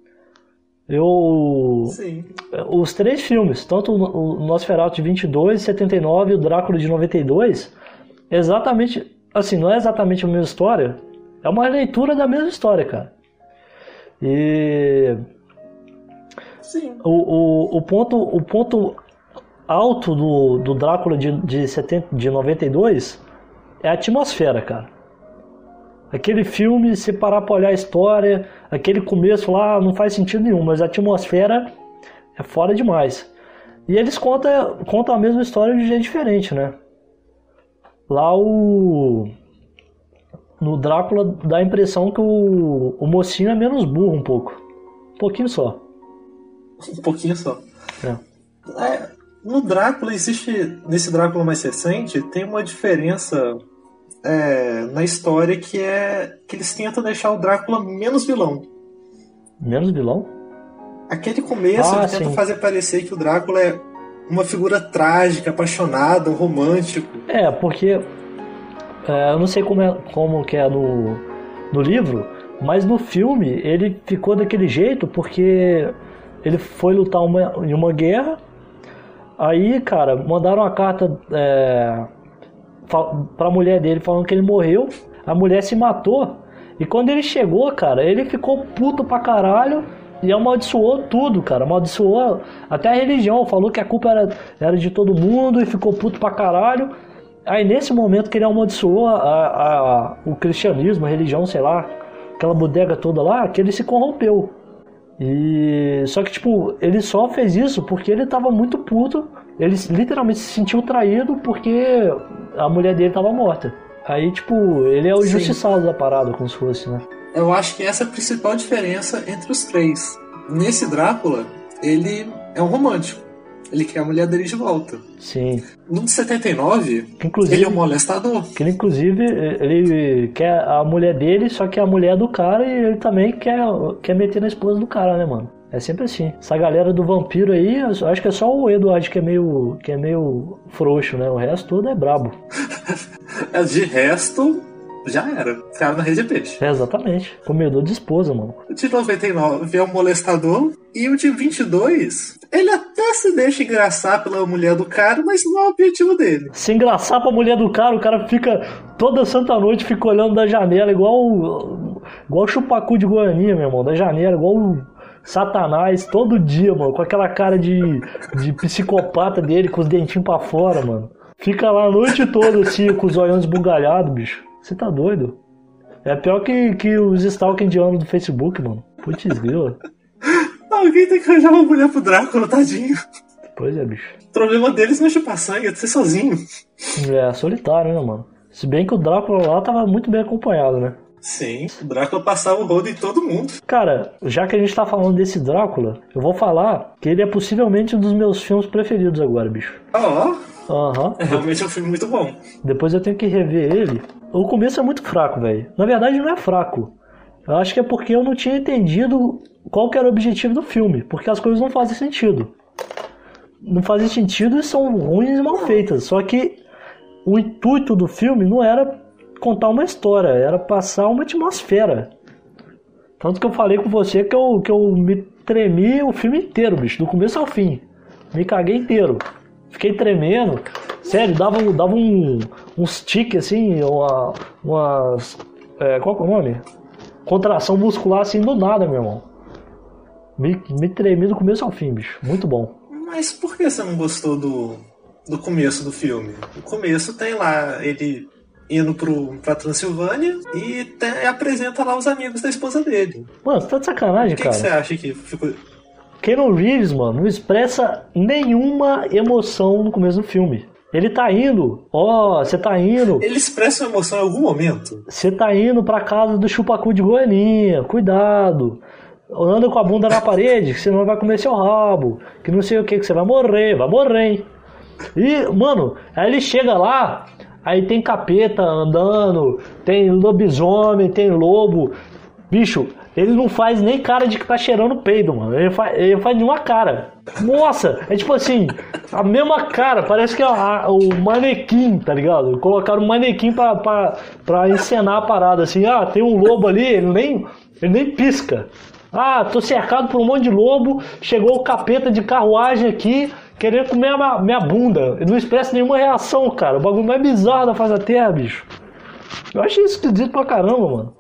Eu... Sim. Os três filmes, tanto o Nosferatu de vinte e dois, setenta e nove e o Drácula de noventa e dois, é exatamente... Assim, não é exatamente a mesma história, é uma releitura da mesma história, cara. E... Sim. O, o, o, ponto, o ponto alto do, do Drácula de, de, setenta, de noventa e dois é a atmosfera, cara. Aquele filme, se parar pra olhar a história, aquele começo lá não faz sentido nenhum, mas a atmosfera é fora demais. E eles contam, contam a mesma história de um jeito diferente, né? Lá o... No Drácula dá a impressão que o, o mocinho é menos burro um pouco. Um pouquinho só. Um pouquinho só. É. É, no Drácula existe, nesse Drácula mais recente, tem uma diferença é, na história que é que eles tentam deixar o Drácula menos vilão. Menos vilão? Aquele começo Ah, ele tenta sim. fazer parecer que o Drácula é uma figura trágica, apaixonada, um romântico. É, porque é, eu não sei como, é, como que é no, no livro, mas no filme ele ficou daquele jeito porque ele foi lutar uma, em uma guerra Aí, cara, mandaram uma carta é, pra mulher dele falando que ele morreu. A mulher se matou. E quando ele chegou, cara, ele ficou puto pra caralho e amaldiçoou tudo, cara. Amaldiçoou até a religião. Falou que a culpa era, era de todo mundo e ficou puto pra caralho. Aí nesse momento que ele amaldiçoou a, a, a, o cristianismo, a religião, sei lá, aquela bodega toda lá, que ele se corrompeu. E só que, tipo, ele só fez isso porque ele tava muito puto. Ele literalmente se sentiu traído porque a mulher dele tava morta. Aí, tipo, ele é o injustiçado da parada, como se fosse, né? Eu acho que essa é a principal diferença entre os três. Nesse Drácula, ele é um romântico. Ele quer a mulher dele de volta. Sim. No de setenta e nove, inclusive, ele é um molestador. Que ele, inclusive, ele quer a mulher dele, só que a mulher do cara, e ele também quer, quer meter na esposa do cara, né, mano? É sempre assim. Essa galera do vampiro aí, eu acho que é só o Edward que é meio, que é meio frouxo, né? O resto todo é brabo. De resto, já era. Ficaram na rede de peixe. É, exatamente. Comedor de esposa, mano. O de noventa e nove é um molestador. E o de vinte e dois, ele até se deixa engraçar pela mulher do cara, mas não é o objetivo dele. Se engraçar pra mulher do cara, o cara fica toda santa noite, fica olhando da janela, igual igual o chupacu de Goianinha, meu irmão. Da janela, igual o Satanás, todo dia, mano. Com aquela cara de, de psicopata dele, com os dentinhos pra fora, mano. Fica lá a noite toda, assim, com os olhos esbugalhados, bicho. Você tá doido? É pior que, que os stalker indianos do Facebook, mano. Putz, grila. Alguém tem que arranjar uma mulher pro Drácula, tadinho. Pois é, bicho. O problema deles não é chupar sangue, é de ser sozinho. É, solitário, né, mano? Se bem que o Drácula lá tava muito bem acompanhado, né? Sim, o Drácula passava o rodo em todo mundo. Cara, já que a gente tá falando desse Drácula, eu vou falar que ele é possivelmente um dos meus filmes preferidos agora, bicho. Ó, oh, uhum. É realmente um filme muito bom. Depois eu tenho que rever ele. O começo é muito fraco, velho. Na verdade não é fraco. Eu acho que é porque eu não tinha entendido qual que era o objetivo do filme. Porque as coisas não fazem sentido. Não fazem sentido e são ruins e mal feitas. Só que o intuito do filme não era contar uma história, era passar uma atmosfera. Tanto que eu falei com você que eu, que eu me tremi o filme inteiro, bicho, do começo ao fim. Me caguei inteiro. Fiquei tremendo. Sério, dava, dava um, uns tiques assim, uma, umas... É, qual que é o nome? Contração muscular assim do nada, meu irmão. Me, me tremi do começo ao fim, bicho. Muito bom. Mas por que você não gostou do, do começo do filme? O começo tem lá ele indo pro, pra Transilvânia e tem, apresenta lá os amigos da esposa dele. Mano, você tá de sacanagem, que cara. O que você acha que ficou... Keanu Reeves, mano, não expressa nenhuma emoção no começo do filme. Ele tá indo, ó, oh, você tá indo... Ele expressa uma emoção em algum momento. Você tá indo pra casa do chupacu de Goianinha, cuidado. Anda com a bunda na parede, que senão vai comer seu rabo. Que não sei o que, que você vai morrer, vai morrer, hein. E, mano, aí ele chega lá, aí tem capeta andando, tem lobisomem, tem lobo. Bicho, ele não faz nem cara de que tá cheirando peido, mano. Ele faz, ele faz nenhuma cara. Nossa, é tipo assim, a mesma cara, parece que é a, o manequim, tá ligado? Colocaram um manequim pra, pra, pra encenar a parada, assim. Ah, tem um lobo ali, ele nem, ele nem pisca. Ah, tô cercado por um monte de lobo, chegou o capeta de carruagem aqui, querendo comer a minha bunda. Ele não expressa nenhuma reação, cara. O bagulho mais bizarro da face da terra, bicho. Eu achei isso esquisito pra caramba, mano.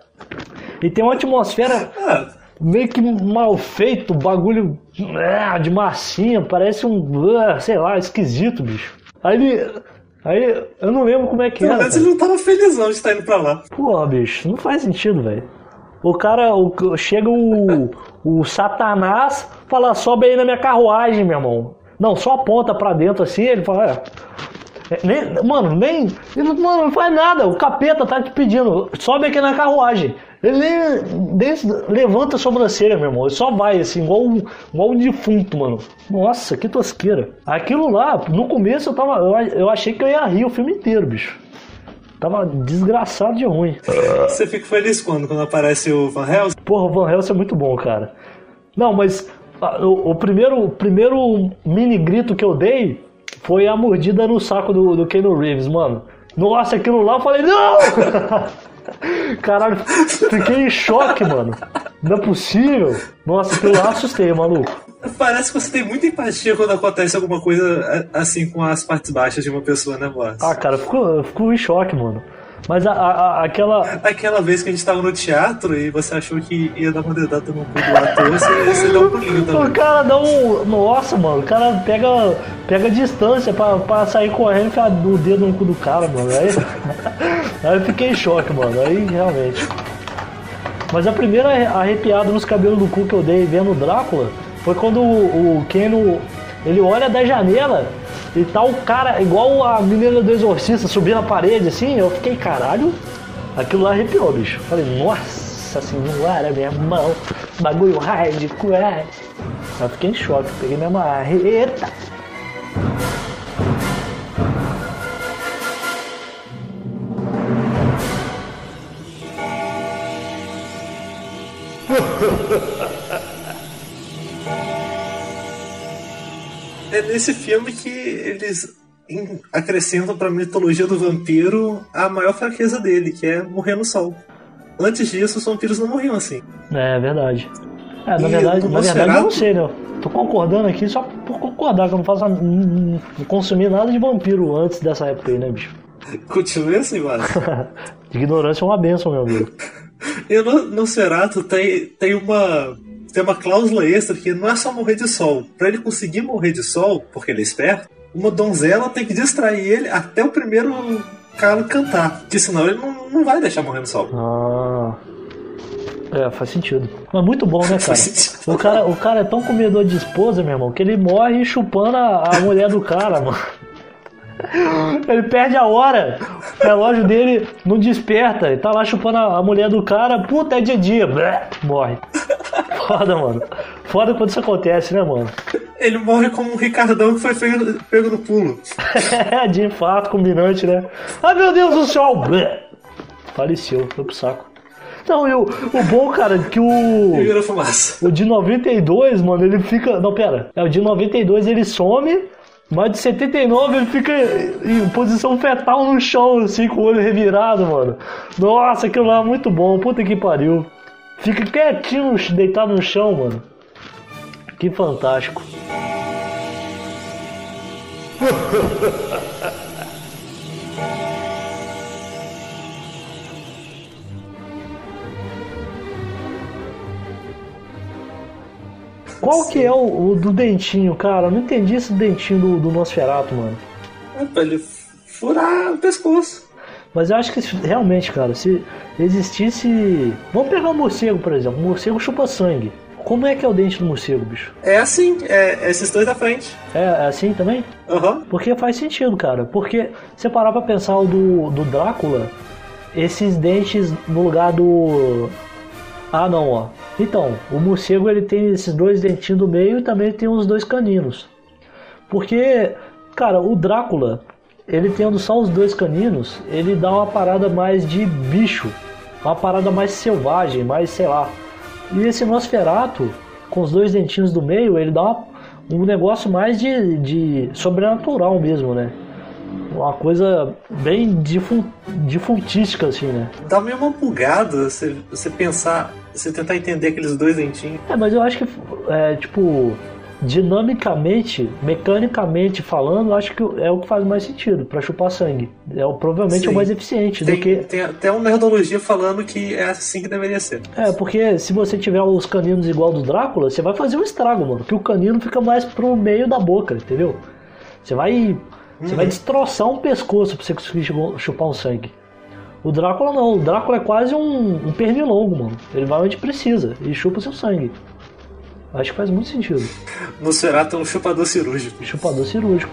E tem uma atmosfera meio que mal feito, bagulho de massinha, parece um, sei lá, esquisito, bicho. Aí ele... Aí eu não lembro como é que era. Mas ele não tava felizão de estar indo pra lá. Porra, bicho, não faz sentido, velho. O cara, o, chega o, o Satanás, fala, sobe aí na minha carruagem, meu irmão. Não, só aponta pra dentro assim, ele fala, é, nem, mano, nem, ele, mano, não faz nada, o capeta tá te pedindo, sobe aqui na carruagem. Ele nem, nem levanta a sobrancelha, meu irmão, ele só vai assim, igual um, igual um defunto, mano. Nossa, que tosqueira. Aquilo lá, no começo eu tava, eu, eu achei que eu ia rir o filme inteiro, bicho. Tava desgraçado de ruim. Você fica feliz quando? Quando aparece o Van Helsing? Porra, o Van Helsing é muito bom, cara. Não, mas o, o, primeiro, o primeiro mini grito que eu dei foi a mordida no saco do, do Keanu Reeves, mano. Nossa, aquilo lá eu falei, não! Caralho, fiquei em choque, mano. Não é possível. Nossa, eu assustei, maluco. Parece que você tem muita empatia quando acontece alguma coisa assim com as partes baixas de uma pessoa, né, Boss? Ah, cara, eu fico, eu fico em choque, mano. Mas a, a, a, aquela... Aquela vez que a gente tava no teatro e você achou que ia dar uma dedada no cu do ator, você, você deu um pulinho também. O cara dá um... Nossa, mano, o cara pega, pega distância pra, pra sair correndo e enfiar o dedo no cu do cara, mano. Aí, aí eu fiquei em choque, mano. Aí, realmente... Mas a primeira arrepiada nos cabelos do cu que eu dei vendo o Drácula foi quando o, o Keno, ele olha da janela e tá o cara, igual a menina do Exorcista, subindo a parede assim. Eu fiquei, caralho, aquilo lá arrepiou, bicho. Falei, nossa senhora, minha mão, bagulho hardcore. Eu fiquei em choque, peguei minha marreta. É nesse filme que eles acrescentam pra mitologia do vampiro a maior fraqueza dele, que é morrer no sol. Antes disso, os vampiros não morriam assim. É verdade. É, na E verdade, o na verdade eu Nosferatu- não sei, né? Tô concordando aqui só por concordar, que eu não faço não, não consumi nada de vampiro antes dessa época aí, né, bicho? Continua assim, mano. Ignorância é uma benção, meu amigo. E no Nosferatu tem, tem uma tem uma cláusula extra que não é só morrer de sol. Pra ele conseguir morrer de sol, porque ele é esperto, uma donzela tem que distrair ele até o primeiro cara cantar. Porque senão ele não, não vai deixar morrer no sol. Ah. É, faz sentido. Mas muito bom, né, cara? Faz sentido. O cara, o cara é tão comedor de esposa, meu irmão, que ele morre chupando a, a mulher do cara, mano. Ele perde a hora. O relógio dele não desperta. Ele tá lá chupando a, a mulher do cara. Puta, é de dia. Blé, morre. Foda, mano. Foda quando isso acontece, né, mano? Ele morre como um Ricardão que foi pego, pego no pulo. É, de infarto combinante, né? Ai, meu Deus do céu. Blé. Faleceu, foi pro saco. Não, e o, o bom, cara, que o... E vira fumaça. O de noventa e dois, mano, ele fica... Não, pera. É, o de noventa e dois ele some, mas de setenta e nove ele fica em posição fetal no chão, assim, com o olho revirado, mano. Nossa, aquilo lá é muito bom. Puta que pariu. Fica quietinho, deitado no chão, mano. Que fantástico. Qual que é o, o do dentinho, cara? Eu não entendi esse dentinho do, do Nosferatu, mano. É pra ele furar o pescoço. Mas eu acho que se- realmente, cara, se existisse... Vamos pegar um morcego, por exemplo. O morcego chupa sangue. Como é que é o dente do morcego, bicho? É assim, é esses dois da frente. É, é assim também? Aham. Porque faz sentido, cara. Porque se parar pra pensar o do, do Drácula, esses dentes no lugar do... Ah, não, ó. Então, o morcego ele tem esses dois dentinhos do meio e também tem os dois caninos. Porque, cara, o Drácula, ele tendo só os dois caninos, ele dá uma parada mais de bicho. Uma parada mais selvagem, mais, sei lá. E esse Nosferatu, com os dois dentinhos do meio, ele dá uma, um negócio mais de, de sobrenatural mesmo, né? Uma coisa bem difun, difuntística, assim, né? Dá meio uma bugada você, você pensar, você tentar entender aqueles dois dentinhos. É, mas eu acho que, é, tipo, dinamicamente, mecanicamente falando, eu acho que é o que faz mais sentido pra chupar sangue. É o, provavelmente é o Sim. mais eficiente Tem, do que... tem até uma nerdologia falando que é assim que deveria ser. É, porque se você tiver os caninos igual do Drácula, você vai fazer um estrago, mano. Porque o canino fica mais pro meio da boca, entendeu? Você vai... Você vai destroçar um pescoço pra você conseguir chu- chupar um sangue. O Drácula não. O Drácula é quase um, um pernilongo, mano. Ele vai onde precisa e chupa o seu sangue. Acho que faz muito sentido. Nosferatu é um chupador cirúrgico. Chupador cirúrgico.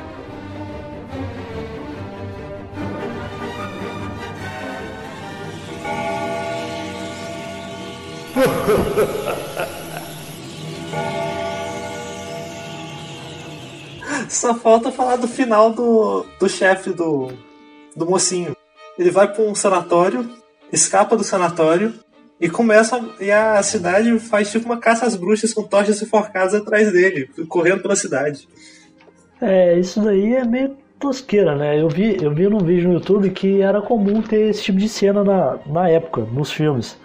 Só falta falar do final do, do chefe do, do mocinho. Ele vai pra um sanatório, escapa do sanatório e começa. E a cidade faz tipo uma caça às bruxas com tochas enforcadas atrás dele, correndo pela cidade. É, isso daí é meio tosqueira, né? Eu vi, eu vi num vídeo no YouTube que era comum ter esse tipo de cena na, na época, nos filmes.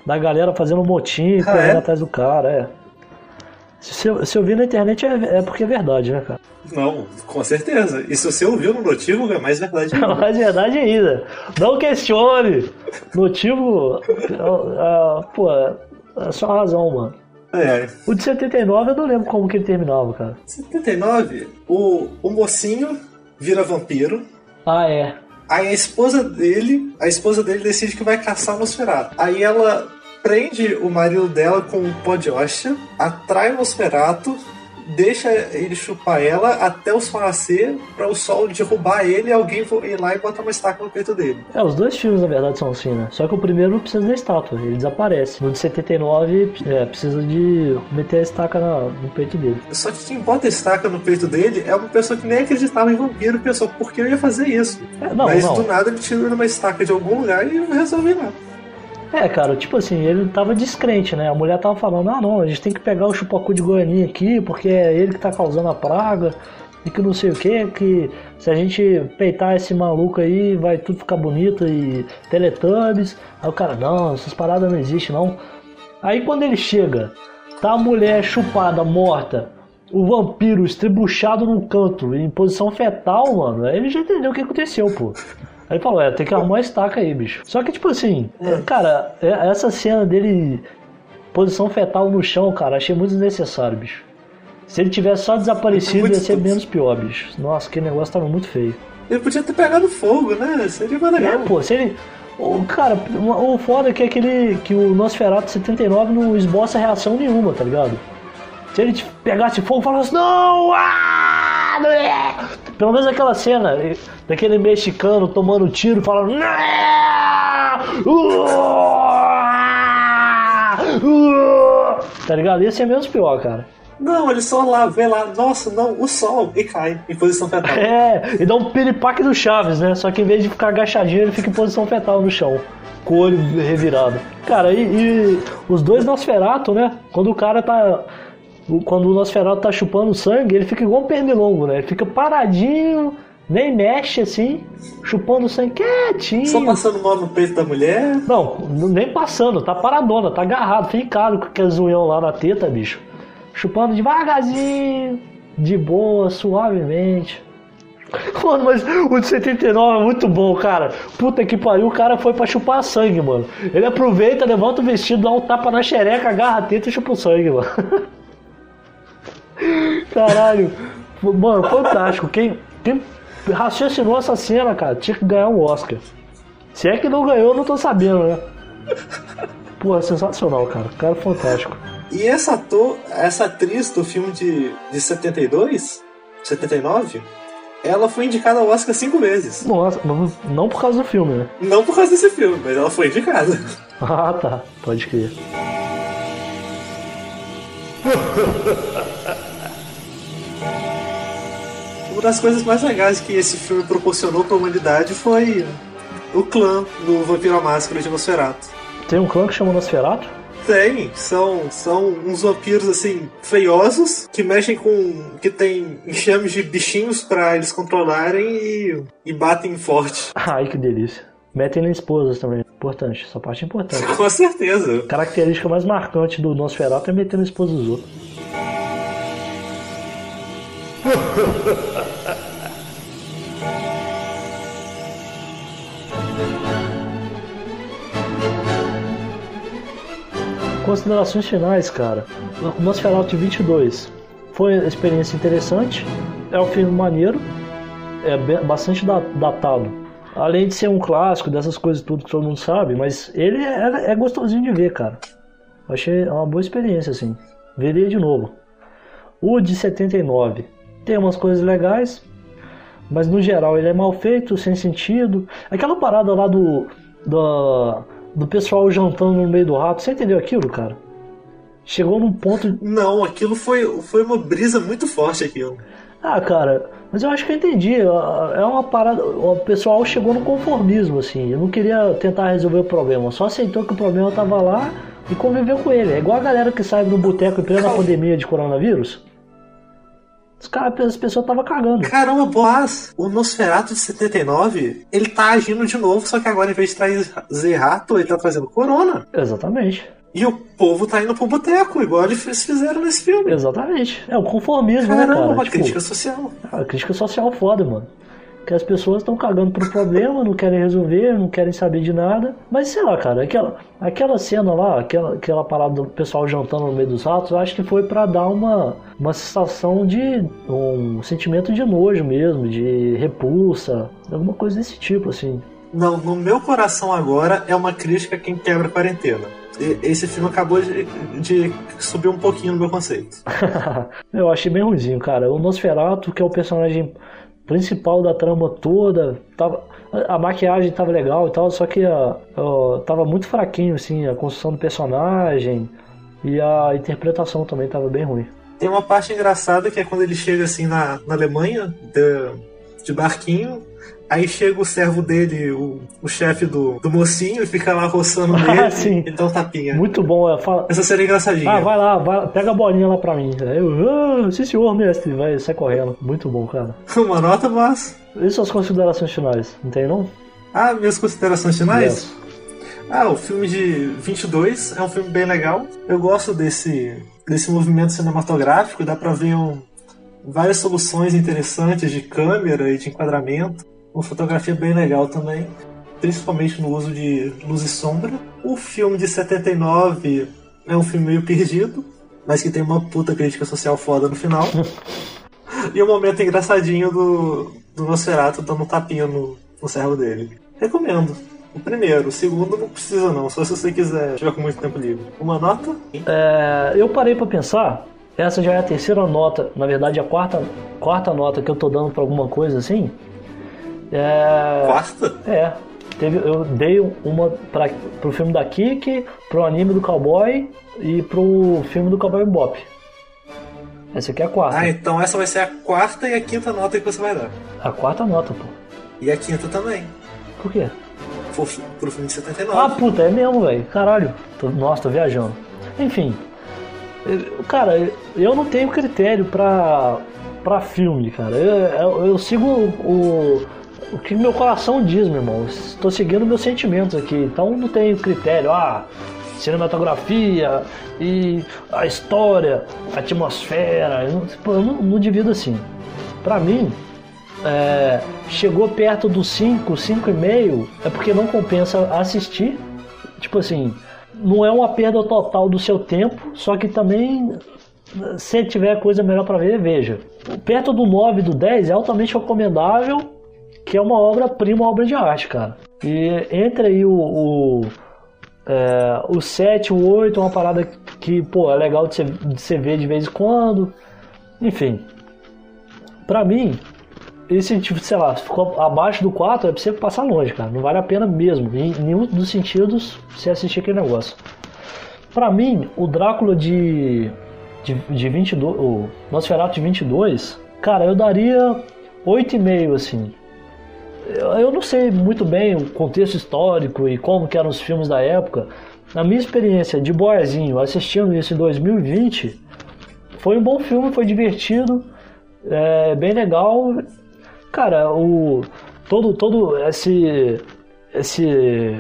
da galera fazendo motim, Ah, correndo é? atrás do cara, é. Se, eu- se eu vi na internet é, é porque é verdade, né, cara? Não, com certeza. E se você ouviu no Notívago, é mais verdade ainda. Mas verdade ainda. Não questione. Motivo. ah, ah, pô, é só razão, mano. É, O de setenta e nove eu não lembro como que ele terminava, cara. setenta e nove, o, o mocinho vira vampiro. Ah, é. Aí a esposa dele, a esposa dele decide que vai caçar o Nosferatu. Aí ela prende o marido dela com um pó de hóstia, atrai o Nosferatu, deixa ele chupar ela até o sol nascer, pra o sol derrubar ele e alguém ir lá e botar uma estaca no peito dele. É, os dois filmes na verdade são assim, né? Só que o primeiro não precisa da estátua, ele desaparece. No de setenta e nove, é, precisa de meter a estaca na- no peito dele. Só que quem bota a estaca no peito dele é uma pessoa que nem acreditava em vampiro, pensou, por que eu ia fazer isso? É, não, Mas não. do nada ele tirou uma estaca de algum lugar e resolveu lá. É, cara, tipo assim, ele tava descrente, né? A mulher tava falando, ah não, a gente tem que pegar o chupacu de Goianinha aqui, porque é ele que tá causando a praga, e que não sei o que, que se a gente peitar esse maluco aí, vai tudo ficar bonito e Teletubbies. Aí o cara, não, essas paradas não existem não. Aí quando ele chega, tá a mulher chupada, morta, o vampiro estrebuchado num canto, em posição fetal, mano, aí ele já entendeu o que aconteceu, pô. Aí ele falou, é, tem que arrumar uma estaca aí, bicho. Só que, tipo assim, É. cara, é- essa cena dele, posição fetal no chão, cara, achei muito desnecessário, bicho. Se ele tivesse só desaparecido, Muito ia ser estúpido. menos pior, bicho. Nossa, que negócio tava muito feio. Ele podia ter pegado fogo, né? Seria mais É, legal. pô, se ele... O, cara, o o foda é que, aquele, que o Nosferatu setenta e nove não esboça reação nenhuma, tá ligado? Se ele te pegasse fogo e falasse, não! Ah, não é! Pelo menos aquela cena daquele mexicano tomando tiro e falando, não! Ah! Uh! Tá ligado? Ia ser menos pior, cara. Não, ele só lá, vê lá, nossa, não, o sol, e cai em posição fetal. É, e dá um piripaque do Chaves, né? Só que em vez de ficar agachadinho, ele fica em posição fetal no chão. Com o olho revirado. Cara, e, e os dois Nosferatu, né? Quando o cara tá... Quando o Nosferatu tá chupando sangue, ele fica igual um pernilongo, né? Ele fica paradinho, nem mexe assim, chupando sangue quietinho. Só passando mal no peito da mulher. Não, nem passando, tá paradona, tá agarrado, fincado com aquele zoião lá na teta, bicho. Chupando devagarzinho, de boa, suavemente. Mano, mas o de setenta e nove é muito bom, cara. Puta que pariu, o cara foi pra chupar sangue, mano. Ele aproveita, levanta o vestido, dá um tapa na xereca, agarra a teta e chupa o sangue, mano. Caralho. Mano, fantástico. Quem, quem raciocinou essa cena, cara, tinha que ganhar um Oscar. Se é que não ganhou, eu não tô sabendo, né? Pô, sensacional, cara. Cara fantástico. E essa ator, essa atriz do filme de, de setenta e dois, setenta e nove, ela foi indicada ao Oscar cinco vezes. Nossa, não, não por causa do filme, né? Não por causa desse filme, mas ela foi indicada. Ah, tá. Pode crer. Uma das coisas mais legais que esse filme proporcionou pra humanidade foi o clã do Vampiro à Máscara de Nosferatu. Tem um clã que chama Nosferatu? Tem, são, são uns vampiros assim, feiosos, que mexem com. que tem enxames de bichinhos pra eles controlarem e, e batem forte. Ai, que delícia. Metem na esposas também. Importante, essa parte é importante. Com certeza. A característica mais marcante do Nosferatu é meter na esposa dos outros. Considerações finais, cara. O Nosferatu vinte e dois foi uma experiência interessante. É um filme maneiro. É bem- bastante da- datado. Além de ser um clássico, dessas coisas tudo que todo mundo sabe, mas ele é, é gostosinho de ver, cara. Achei uma boa experiência, assim. Veria de novo. O de setenta e nove tem umas coisas legais, mas no geral ele é mal feito, sem sentido. Aquela parada lá do do, do pessoal jantando no meio do rato, você entendeu aquilo, cara? Chegou num ponto... Não, aquilo foi, foi uma brisa muito forte, aquilo. Ah, cara, mas eu acho que eu entendi. É uma parada... O pessoal chegou no conformismo, assim. Eu não queria tentar resolver o problema, só aceitou que o problema tava lá e conviveu com ele. É igual a galera que sai no boteco em plena pandemia de coronavírus. Os caras, as pessoas estavam cagando. Caramba, Boaz, o Nosferatu de setenta e nove, ele tá agindo de novo, só que agora, em vez de trazer rato, ele tá trazendo corona. Exatamente. E o povo tá indo pro boteco, igual eles fizeram nesse filme. Exatamente. É o conformismo, Caramba, né, cara? uma Tipo, crítica social. A crítica social foda, mano. Que as pessoas estão cagando pro problema, não querem resolver, não querem saber de nada. Mas sei lá, cara, aquela, aquela cena lá, aquela, aquela parada do pessoal jantando no meio dos ratos, eu acho que foi pra dar uma, uma sensação de. um sentimento de nojo mesmo, de repulsa, alguma coisa desse tipo, assim. Não, no meu coração agora é uma crítica a quem quebra a quarentena. E, esse filme acabou de, de subir um pouquinho no meu conceito. Eu achei bem ruimzinho, cara. O Nosferatu, que é o personagem principal da trama toda, tava, a maquiagem tava legal e tal, só que a, a, tava muito fraquinho, assim, a construção do personagem e a interpretação também tava bem ruim. Tem uma parte engraçada que é quando ele chega assim na, na Alemanha, de, de barquinho, aí chega o servo dele, o, o chefe do, do mocinho, e fica lá roçando nele Ah, sim. e dá um tapinha. Muito bom. É, fala... Essa cena é engraçadinha. Ah, vai lá, vai, pega a bolinha lá pra mim. Eu, ah, sim senhor, mestre, vai, sai correndo. Muito bom, cara. Uma nota, mas... E suas considerações finais, não tem não? Ah, minhas considerações finais? Yes. Ah, o filme de vinte e dois é um filme bem legal. Eu gosto desse, desse movimento cinematográfico, dá pra ver um, várias soluções interessantes de câmera e de enquadramento. Uma fotografia bem legal também, principalmente no uso de luz e sombra. O filme de setenta e nove é um filme meio perdido, mas que tem uma puta crítica social foda no final. E um momento engraçadinho do, do Nosferatu dando um tapinha no, no servo dele. Recomendo. O primeiro, o segundo não precisa não, só se você quiser tiver com muito tempo livre. Uma nota? É, eu parei pra pensar, essa já é a terceira nota, na verdade a quarta, quarta nota que eu tô dando pra alguma coisa assim. É, Quarta? É. Teve, eu dei uma pra, pro filme da Kiki, pro anime do Cowboy e pro filme do Cowboy Bebop. Essa aqui é a quarta. Ah, então essa vai ser a quarta e a quinta nota que você vai dar. A quarta nota, pô. E a quinta também. Por quê? Pro, pro filme de setenta e nove. Ah, puta, é mesmo, velho. Caralho. Tô, nossa, tô viajando. Enfim. Eu, cara, eu não tenho critério pra, pra filme, cara. Eu, eu, eu sigo o, o que meu coração diz, meu irmão. Estou seguindo meus sentimentos aqui. Então não tenho critério. Ah, cinematografia e a história, a atmosfera. Eu não, tipo, eu não, não divido assim. Pra mim, é, chegou perto dos cinco, cinco e meio, é porque não compensa assistir. Tipo assim, não é uma perda total do seu tempo, só que também, se tiver coisa melhor pra ver, veja. Perto do nove, do dez é altamente recomendável, que é uma obra-prima, uma obra de arte, cara. E entre aí o, o, é, o sete, o oito é uma parada que, pô, é legal de você, de você ver de vez em quando. Enfim, pra mim, esse tipo, sei lá, se ficou abaixo do quatro, é pra você passar longe, cara. Não vale a pena mesmo, em nenhum dos sentidos, você assistir aquele negócio. Pra mim, o Drácula de, de, de vinte e dois, o Nosferatu de vinte e dois, cara, eu daria oito e meio, assim. Eu, eu não sei muito bem o contexto histórico e como que eram os filmes da época. Na minha experiência de boyzinho, assistindo isso em dois mil e vinte, foi um bom filme, foi divertido, é bem legal. Cara, o, todo, todo esse, esse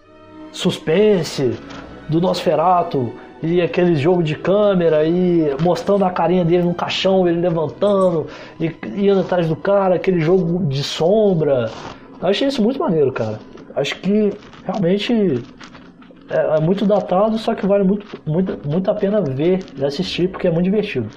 suspense do Nosferatu e aquele jogo de câmera e mostrando a carinha dele no caixão, ele levantando e indo atrás do cara, aquele jogo de sombra. Eu achei isso muito maneiro, cara. Acho que realmente é, é muito datado, só que vale muito, muito, muito a pena ver e assistir, porque é muito divertido.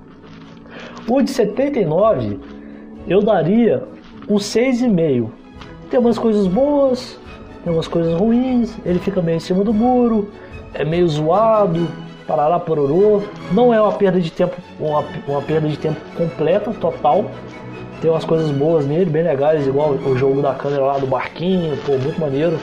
O de setenta e nove eu daria um seis e meio. Tem umas coisas boas, tem umas coisas ruins, ele fica meio em cima do muro, é meio zoado, parará pororô. Não é uma perda de tempo, uma, uma perda de tempo completa, total. Tem umas coisas boas nele, bem legais, igual o jogo da câmera lá do barquinho, pô, muito maneiro.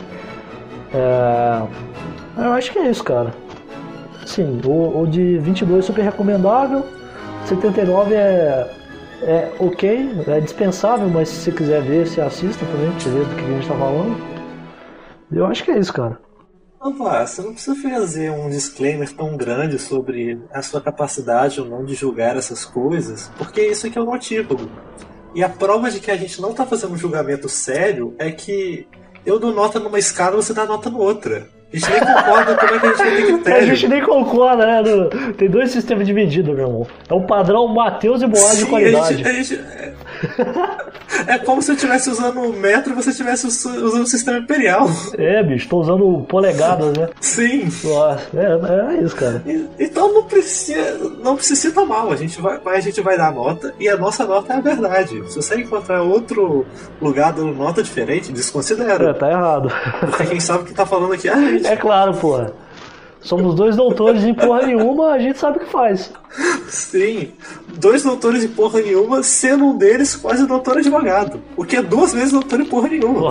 É, eu acho que é isso, cara. Sim, o, o de vinte e dois é super recomendável, setenta e nove é É ok, é dispensável, mas se você quiser ver, você assista também, pra você ver do que a gente tá falando. Eu acho que é isso, cara. Opa, você não precisa fazer um disclaimer tão grande sobre a sua capacidade ou não de julgar essas coisas, porque isso aqui é o notívago. E a prova de que a gente não tá fazendo um julgamento sério é que eu dou nota numa escala e você dá nota na outra. A gente nem concorda como é que a gente vai ter critério. A gente nem concorda, né? No... Tem dois sistemas de medida, meu irmão. É o padrão Matheus e Boaz de qualidade. A gente, a gente... É como se eu estivesse usando o metro e você estivesse usando o sistema imperial. É, bicho, tô usando polegadas, né? Sim. Nossa, é, é isso, cara. Então não precisa, não precisa estar mal. A gente, vai, a gente vai dar nota e a nossa nota é a verdade. Se você encontrar outro lugar dando nota diferente, desconsidera. É, tá errado. Porque quem sabe o que tá falando aqui é a gente. É claro, porra. Somos dois doutores em porra nenhuma, a gente sabe o que faz. Sim, dois doutores em porra nenhuma, sendo um deles quase doutor advogado. O que é duas vezes doutor em porra nenhuma.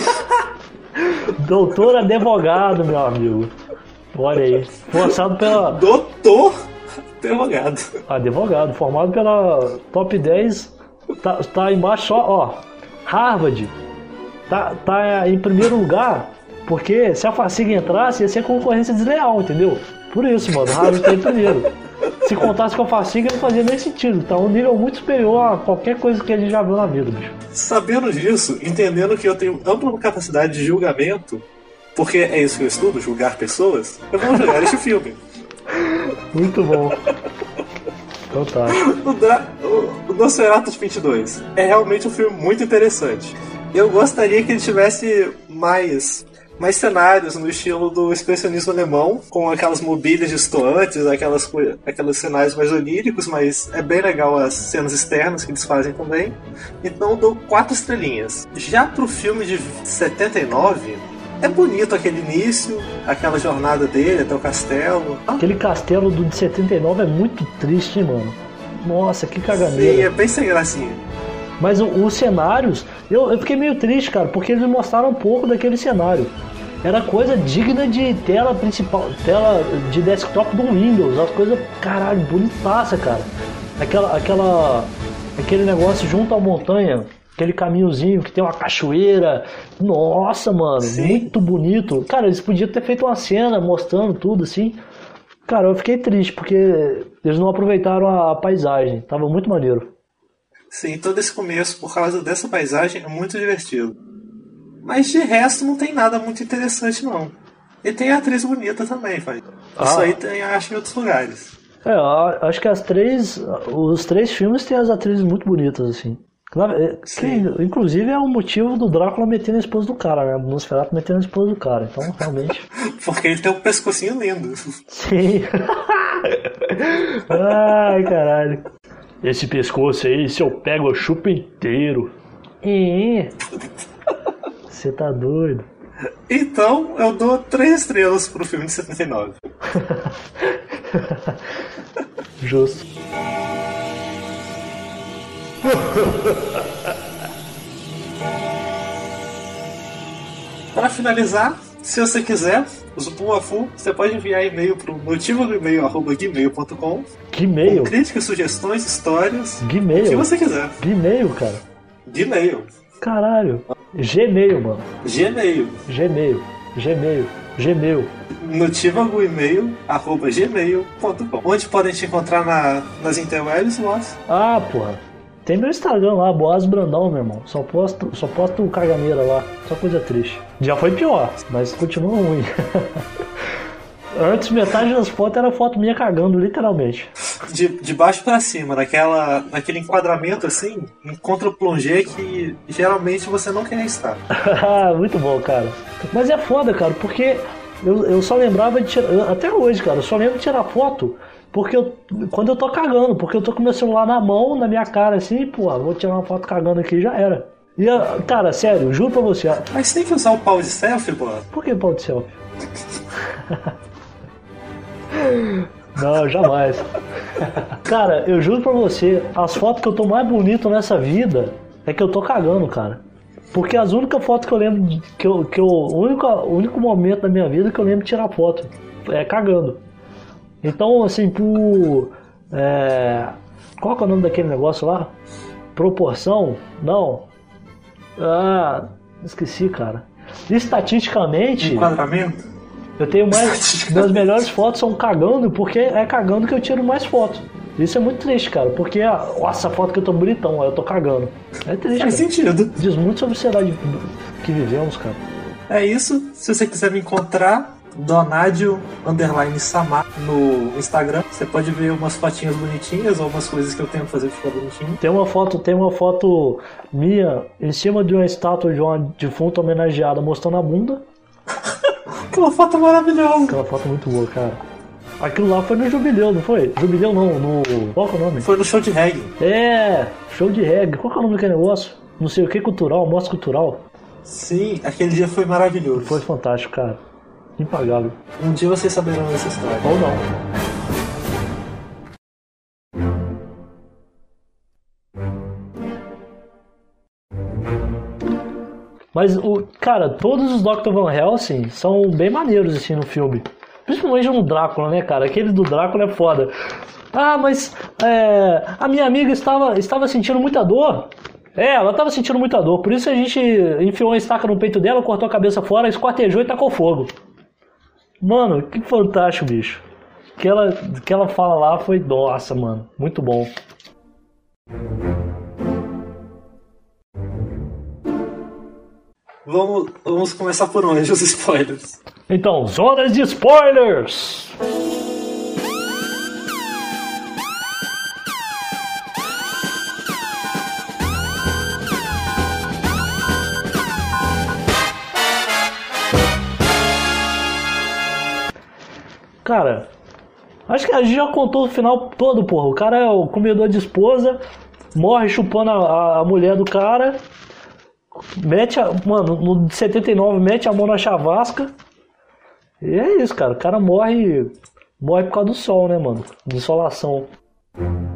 Doutor advogado, meu amigo. Olha aí. Forçado pela. Doutor advogado. Advogado, formado pela top dez. Tá, tá embaixo só, ó. Harvard. Tá, tá em primeiro lugar. Porque se a Facig entrasse, ia ser concorrência desleal, entendeu? Por isso, mano, o Harvard tá em primeiro. Se contasse com a Facig, não fazia nem sentido. Tá um nível muito superior a qualquer coisa que a gente já viu na vida, bicho. Sabendo disso, entendendo que eu tenho ampla capacidade de julgamento, porque é isso que eu estudo, julgar pessoas, eu vou julgar este filme. Muito bom. Então tá. O, Dra- o, o Nosferatu de vinte e dois é realmente um filme muito interessante. Eu gostaria que ele tivesse mais... mais cenários no estilo do expressionismo alemão, com aquelas mobílias destoantes, aquelas, aqueles cenários mais oníricos, mas é bem legal as cenas externas que eles fazem também. Então eu dou quatro estrelinhas. Já pro filme de setenta e nove, é bonito aquele início, aquela jornada dele até o castelo. Aquele castelo do de setenta e nove é muito triste, hein, mano? Nossa, que caganeira. Sim, é bem sem gracinha. Mas os cenários, eu, eu fiquei meio triste, cara, porque eles mostraram um pouco daquele cenário. Era coisa digna de tela principal, tela de desktop do Windows, as coisas, caralho, bonitaça, cara. Aquela, aquela, aquele negócio junto à montanha, aquele caminhozinho que tem uma cachoeira. Nossa, mano, Sim. muito bonito. Cara, eles podiam ter feito uma cena mostrando tudo assim. Cara, eu fiquei triste porque eles não aproveitaram a, a paisagem, tava muito maneiro. Sim, todo esse começo, por causa dessa paisagem, é muito divertido. Mas de resto não tem nada muito interessante, não. E tem a atriz bonita também, pai. Ah. Isso aí tem, acho, em outros lugares. É, acho que as três. Os três filmes têm as atrizes muito bonitas, assim. Que, inclusive é o motivo do Drácula meter na esposa do cara, né? O Nosferatu meter na esposa do cara. Então, realmente. Porque ele tem um pescocinho lindo. Sim. Ai, caralho. Esse pescoço aí, se eu pego, eu chupo inteiro. É. Você tá doido? Então, eu dou três estrelas pro filme de setenta e nove. Justo. Para finalizar, se você quiser, o Zupumafu, você pode enviar e-mail pro motivo-e-mail arroba gmail ponto com. Gmail? Com críticas, sugestões, histórias. Gmail? O que você quiser. Gmail, cara. Gmail. Caralho. Gmail, mano. Gmail. Gmail. Gmail. Gmail. Motivo-e-mail arroba gmail ponto com. Onde podem te encontrar na, nas interwebs, Boaz? Ah, porra. Tem meu Instagram lá, Boaz Brandão, meu irmão. Só posto, só posto caganeira lá. Só coisa triste. Já foi pior, mas continua ruim. Antes, metade das fotos era foto minha cagando, literalmente. De, de baixo pra cima, naquela, naquele enquadramento assim, encontra o plongé que geralmente você não quer estar. Muito bom, cara. Mas é foda, cara, porque eu, eu só lembrava de tirar. Até hoje, cara, eu só lembro de tirar foto porque eu, quando eu tô cagando, porque eu tô com meu celular na mão, na minha cara assim, pô, vou tirar uma foto cagando aqui e já era. E, cara, sério, juro pra você. Mas tem que usar o pau de selfie, pô? Por que pau de selfie? Não, jamais. Cara, eu juro pra você, as fotos que eu tô mais bonito nessa vida é que eu tô cagando, cara. Porque as únicas fotos que eu lembro de, que eu, que eu, o, único, o único momento da minha vida que eu lembro de tirar foto é cagando. Então, assim, por é, qual que é o nome daquele negócio lá? Proporção? Não. Ah, esqueci, cara. Estatisticamente. Enquadramento? Eu tenho mais. Minhas melhores fotos são cagando, porque é cagando que eu tiro mais fotos. Isso é muito triste, cara, porque nossa, a foto que eu tô bonitão, eu tô cagando. É triste. Faz cara. sentido. Diz muito sobre a sociedade que vivemos, cara. É isso. Se você quiser me encontrar, Donadio underline Samar no Instagram. Você pode ver umas fotinhas bonitinhas ou umas coisas que eu tento fazer ficar bonitinho. Tem uma foto, tem uma foto minha em cima de uma estátua de uma defunta homenageada mostrando a bunda. Aquela foto maravilhosa. Aquela foto muito boa, cara. Aquilo lá foi no Jubileu, não foi? Jubileu não, no... Qual que é o nome? Foi no show de reggae. É, show de reggae. Qual que é o nome daquele negócio? Não sei o que, cultural, mostra cultural. Sim, aquele dia foi maravilhoso. Foi fantástico, cara. Impagável. Um dia vocês saberão dessa história. Ou não. Mas, o, cara, todos os doutor Van Helsing são bem maneiros, assim, no filme. Principalmente no Drácula, né, cara? Aquele do Drácula é foda. Ah, mas é, a minha amiga estava, estava sentindo muita dor. É, ela estava sentindo muita dor. Por isso a gente enfiou uma estaca no peito dela, cortou a cabeça fora, esquartejou e tacou fogo. Mano, que fantástico, bicho. O que ela, que ela fala lá foi... Nossa, mano. Muito bom. Vamos, vamos começar por onde, os spoilers? Então, zonas de spoilers! Cara, acho que a gente já contou o final todo, porra. O cara é o comedor de esposa, morre chupando a, a mulher do cara, mete a, mano, no setenta e nove mete a mão na chavasca. E é isso, cara. O cara morre, morre por causa do sol, né, mano? De insolação.